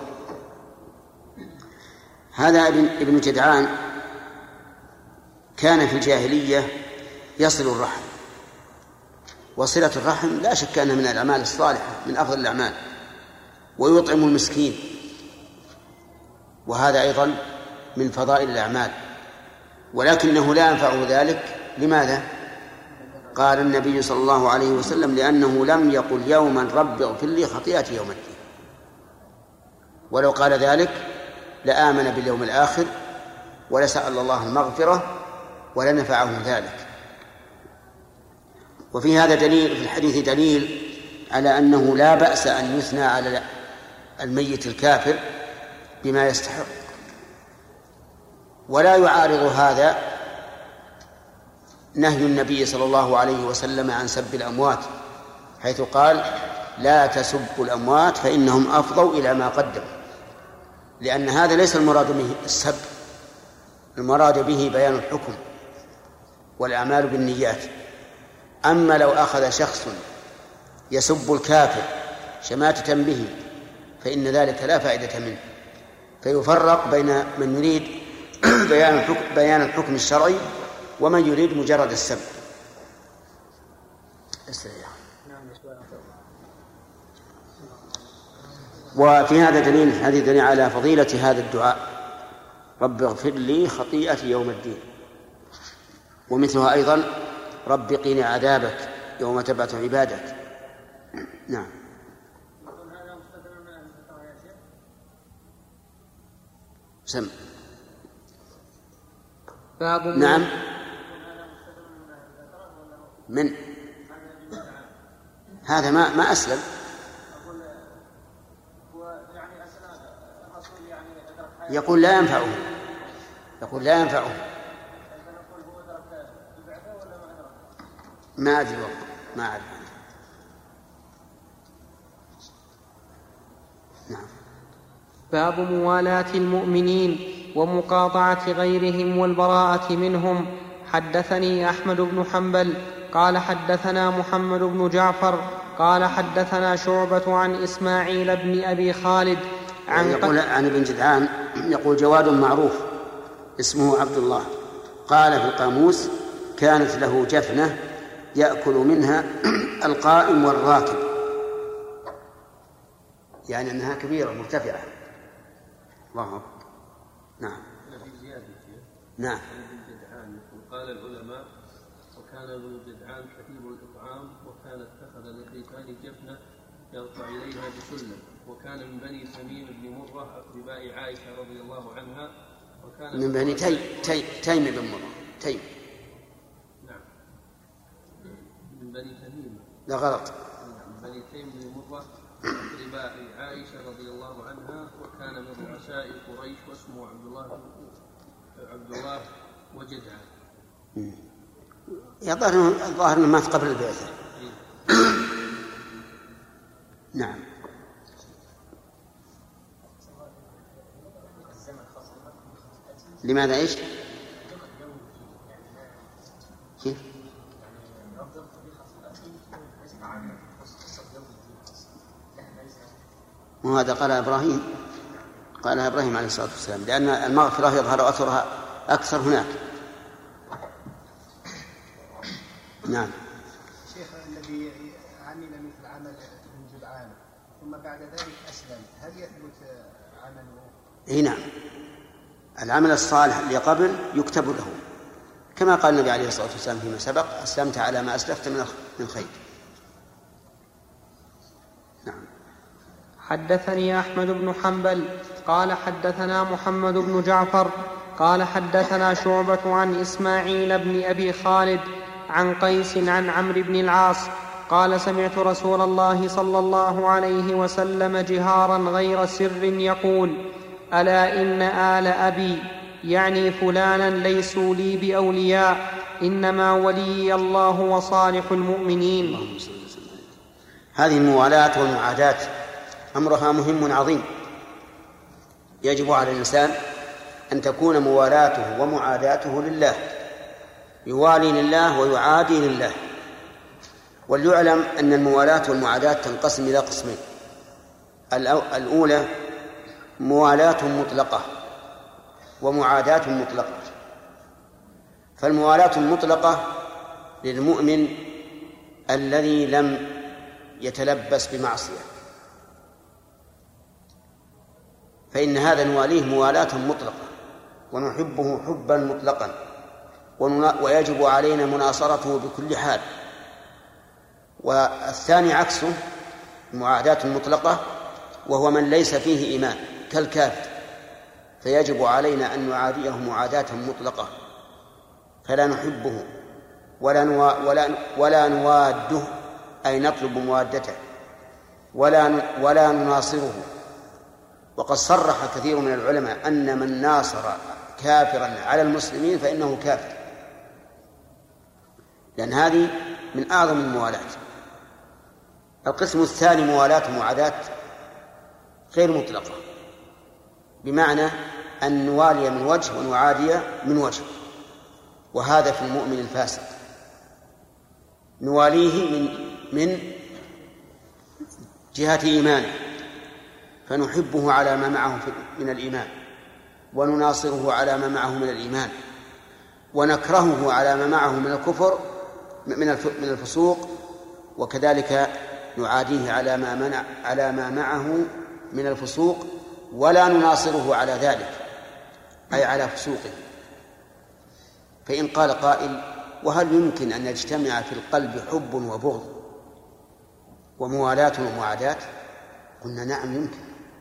هذا ابن جدعان كان في الجاهلية يصل الرحم، وصلة الرحم لا شك أنها من الأعمال الصالحة، من أفضل الأعمال، ويطعم المسكين، وهذا أيضا من فضائل الأعمال، ولكنه لا ينفعه ذلك. لماذا؟ قال النبي صلى الله عليه وسلم: لأنه لم يقل يوما رب اغفر لي خطيئتي يوم الدين. ولو قال ذلك لآمن باليوم الآخر ولسأل الله المغفرة ولنفعه ذلك. وفي هذا دليل، في الحديث دليل على أنه لا بأس أن يثنى على الميت الكافر بما يستحق، ولا يعارض هذا نهي النبي صلى الله عليه وسلم عن سب الأموات، حيث قال: لا تسبوا الأموات فإنهم أفضوا إلى ما قدموا، لأن هذا ليس المراد به السب، المراد به بيان الحكم والأعمال بالنيات. أما لو أخذ شخص يسب الكافر شماتة به فإن ذلك لا فائدة منه، فيفرق بين من يريد بيان الحكم, بيان الحكم الشرعي ومن يريد مجرد السب. وفي هذا دليل هذه دليل على فضيلة هذا الدعاء: رب اغفر لي خطيئتي يوم الدين. ومثلها أيضا: رب قني عذابك يوم تبعث عبادك. نعم. سم. نعم. من هذا ما ما أسلم. يقول لا ينفعه، يقول لا ينفعه. ما أدري والله، ما أعرف. نعم. باب موالاة المؤمنين ومقاطعة غيرهم والبراءة منهم. حدثني أحمد بن حنبل قال حدثنا محمد بن جعفر قال حدثنا شعبة عن إسماعيل بن أبي خالد عن يقول عن ابن جدعان، يقول: جواد معروف اسمه عبد الله، قال في القاموس: كانت له جفنة يأكل منها القائم والراكب، يعني أنها كبيرة مرتفعة. الله أكبر. نعم. نعم. قال العلماء: وكان ذو جدعان كثير الإطعام، وكان اتخذ لخيطان جفنة يرفع إليها بسلم، وكان من بني تميم بن مرة أقرباء عائشة رضي الله عنها، وكان من بني تيم تي تيم بن مرة تيم. نعم. من بني تميم. لا غلط. من بني تيم بن مرة أقرباء عائشة رضي الله عنها، وكان من رؤساء قريش، واسمه عبد الله عبد الله وجدعان. يظهر الظاهر انه مات قبل البعثة. نعم. لماذا ايش؟ كيف؟ وهذا قال إبراهيم قال إبراهيم عليه الصلاة والسلام، لأن المغفرة يظهر أثرها أكثر هناك. نعم. شيخ، الذي عمل مثل عمل ابن جدعان ثم بعد ذلك أسلم، هل يثبت عمله؟ اي نعم، العمل الصالح اللي قبل يكتب له، كما قال النبي عليه الصلاة والسلام فيما سبق: أسلمت على ما أسلفت من خير. نعم. حدثني أحمد بن حنبل قال حدثنا محمد بن جعفر قال حدثنا شعبة عن إسماعيل بن أبي خالد عن قيس عن عمرو بن العاص قال: سمعت رسول الله صلى الله عليه وسلم جهارا غير سر يقول: ألا إن آل أبي، يعني فلانا، ليسوا لي بأولياء، إنما ولي الله وصالح المؤمنين. هذه الموالاة والمعاداة أمرها مهم عظيم، يجب على الإنسان أن تكون موالاته ومعاداته لله، يوالي لله ويعادي لله. وليعلم أن الموالاة والمعاداة تنقسم إلى قسمين: الأولى موالاة مطلقة ومعاداة مطلقة. فالموالاة المطلقة للمؤمن الذي لم يتلبس بمعصية، فإن هذا نواليه موالاة مطلقة ونحبه حبا مطلقا، ويجب علينا مناصرته بكل حال. والثاني عكسه معاداة مطلقة، وهو من ليس فيه إيمان كالكافر، فيجب علينا أن نعاديه معاداة مطلقة، فلا نحبه ولا ولا ولا نواده، أي نطلب موادته، ولا ولا نناصره. وقد صرح كثير من العلماء أن من ناصر كافرا على المسلمين فإنه كافر، لأن هذه من أعظم الموالاة. القسم الثاني موالاة ومعاداة غير مطلقة، بمعنى أن نوالي من وجه ونعادي من وجه، وهذا في المؤمن الفاسق نواليه من من جهة إيمانه، فنحبه على ما معه من الإيمان، ونناصره على ما معه من الإيمان، ونكرهه على ما معه من الكفر من الفسوق، وكذلك نعاديه على ما منع على ما معه من الفسوق، ولا نناصره على ذلك، أي على فسوقه. فإن قال قائل: وهل يمكن أن يجتمع في القلب حب وبغض وموالاة ومعاداة؟ قلنا: نعم يمكن.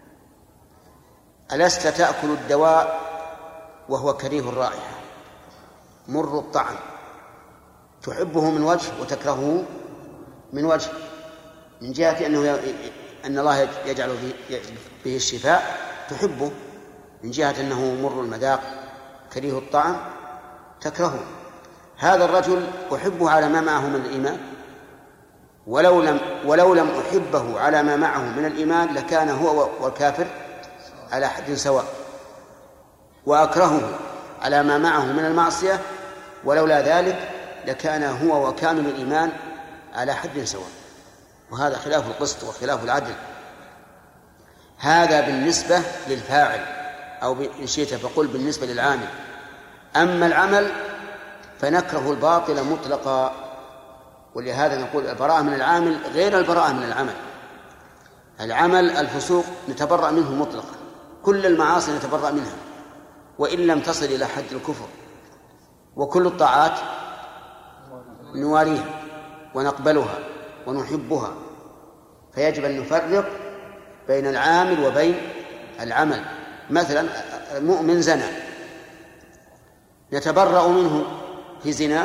ألست تأكل الدواء وهو كريه الرائحة مر الطعم، تحبه من وجه وتكرهه من وجه، من جهة أنه أن الله يجعل به الشفاء تحبه، من جهة أنه مر المذاق كريه الطعم تكرهه. هذا الرجل أحبه على ما معه من الإيمان، ولو لم ولو لم أحبه على ما معه من الإيمان لكان هو والكافر على حد سواء، وأكرهه على ما معه من المعصية، ولولا ذلك لكان هو وكامل الإيمان على حد سواء. وهذا خلاف القسط وخلاف العدل. هذا بالنسبة للفاعل، أو إن شئت فقل بالنسبة للعامل. أما العمل فنكره الباطل مطلقا، ولهذا نقول البراءة من العامل غير البراءة من العمل. العمل الفسوق نتبرأ منه مطلقا، كل المعاصي نتبرأ منها وإن لم تصل إلى حد الكفر، وكل الطاعات نواليها ونقبلها ونحبها. فيجب أن نفرق بين العامل وبين العمل. مثلا مؤمن زنى نتبرأ منه في زناه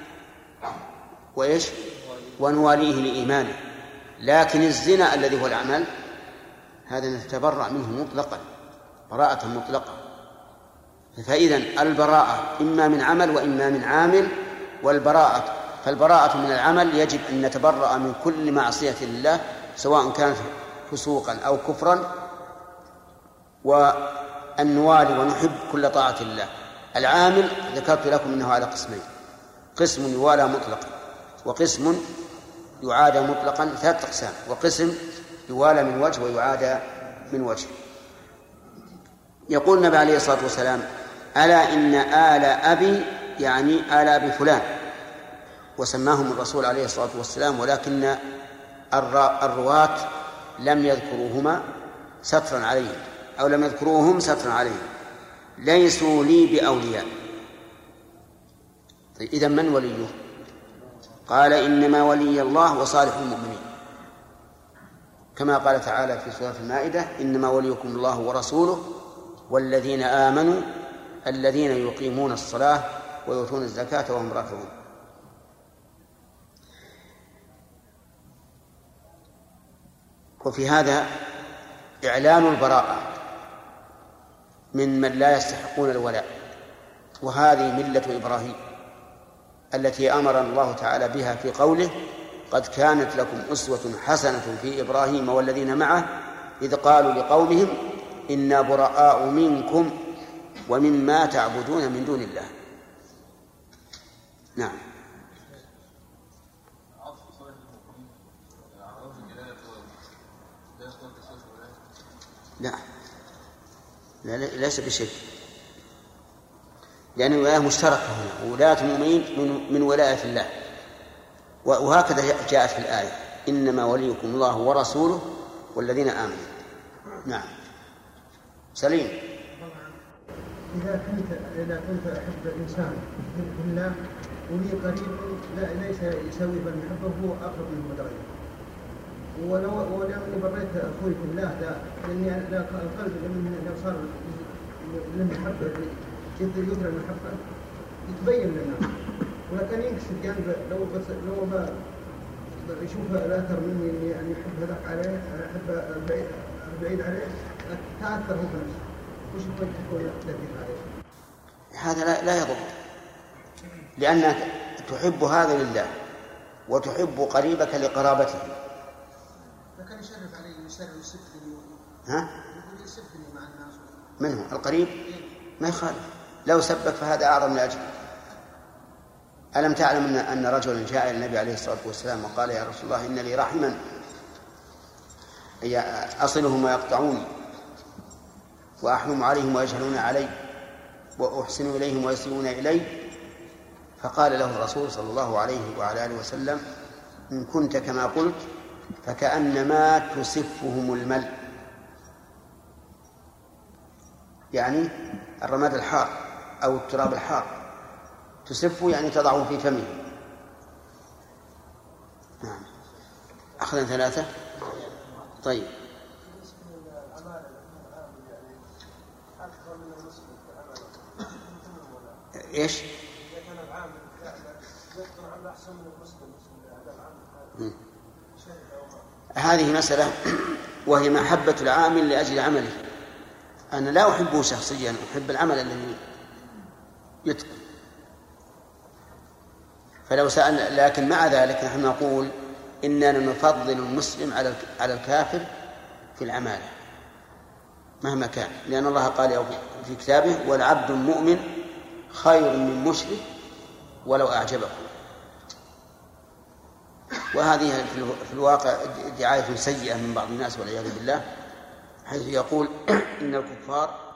وإيش ونواليه لإيمانه، لكن الزنا الذي هو العمل هذا نتبرأ منه مطلقا براءة مطلقة. فإذا البراءة إما من عمل وإما من عامل، والبراءة فالبراءة من العمل يجب أن نتبرأ من كل معصية لله سواء كانت فسوقا أو كفرا، وأن نوالي ونحب كل طاعة لله. العامل ذكرت لكم أنه على قسمين: قسم يوالى مطلقا، وقسم يعادى مطلقا، ثلاث أقسام، وقسم يوالى من وجه ويعادى من وجه. يقول النبي عليه الصلاة والسلام: ألا إن آل أبي، يعني آل أبي فلان، وسماهم الرسول عليه الصلاة والسلام، ولكن الرواة لم يذكروهما سترا عليهم، أو لم يذكروهم سترا عليهم، ليسوا لي بأولياء. إذا من وليه؟ قال: إنما ولي الله وصالح المؤمنين، كما قال تعالى في سورة المائدة: إنما وليكم الله ورسوله والذين آمنوا الذين يقيمون الصلاة ويؤتون الزكاة وهم راكعون. وفي هذا إعلان البراءة من من لا يستحقون الولاء، وهذه ملة إبراهيم التي أمر الله تعالى بها في قوله قد كانت لكم أسوة حسنة في إبراهيم والذين معه إذ قالوا لقومهم إنا براء منكم ومما تعبدون من دون الله. نعم. لا لا ليس بشيء، لأن الولاية مشتركة هنا، ولاية المؤمنين من, من ولاية الله، وهكذا جاءت في الآية إنما وليكم الله ورسوله والذين آمنوا. نعم. سليم. إذا كنت إذا كنت أحب الإنسان في الله ولي قريب لا ليس يساوي بل محبه هو أقرب منه درجة، ولو ولأني بريت أخوي في الله لا لأني القلب لو صار للمحبة جد يدرى المحبة يتبين لنا، ولكن ينكسر جانب لو بس لو ما يشوف الأثر مني إني يعني أحب هذاك عليه أحب البعيد البعيد عليه تأثر هو بنفسه. وش يكون تكون الذي هذا لا, لا يضر، لأنك تحب هذا لله وتحب قريبك لقرابته. فكان يشرف علي يسرع يسفني ها؟ يقول يسفني مع الناس. من هو القريب؟ ما يخالف، لو سبك فهذا أعظم الأجر. ألم تعلم أن أن رجلا جاء إلى النبي عليه الصلاة والسلام وقال يا رسول الله إن لي رحما أصلهم ويقطعوني وأحلم عليهم ويجهلون علي وأحسن إليهم ويسيئون إلي، فقال له الرسول صلى الله عليه وعلى آله وسلم إن كنت كما قلت فكأنما تسفهم المل، يعني الرماد الحار أو التراب الحار، تسفه يعني تضعه في فمه. نعم. أخذنا ثلاثة. طيب إيش؟ هذه مسألة وهي محبة العامل لأجل عمله. أنا لا أحبه شخصيا، أحب العمل الذي يتقن. فلو سأل، لكن مع ذلك نحن نقول إننا نفضل المسلم على على الكافر في العمالة مهما كان، لأن الله قال في كتابه والعبد المؤمن خير من مشرك ولو أعجبكم. وهذه في الواقع دعاية سيئة من بعض الناس والعياذ بالله، حيث يقول إن الكفار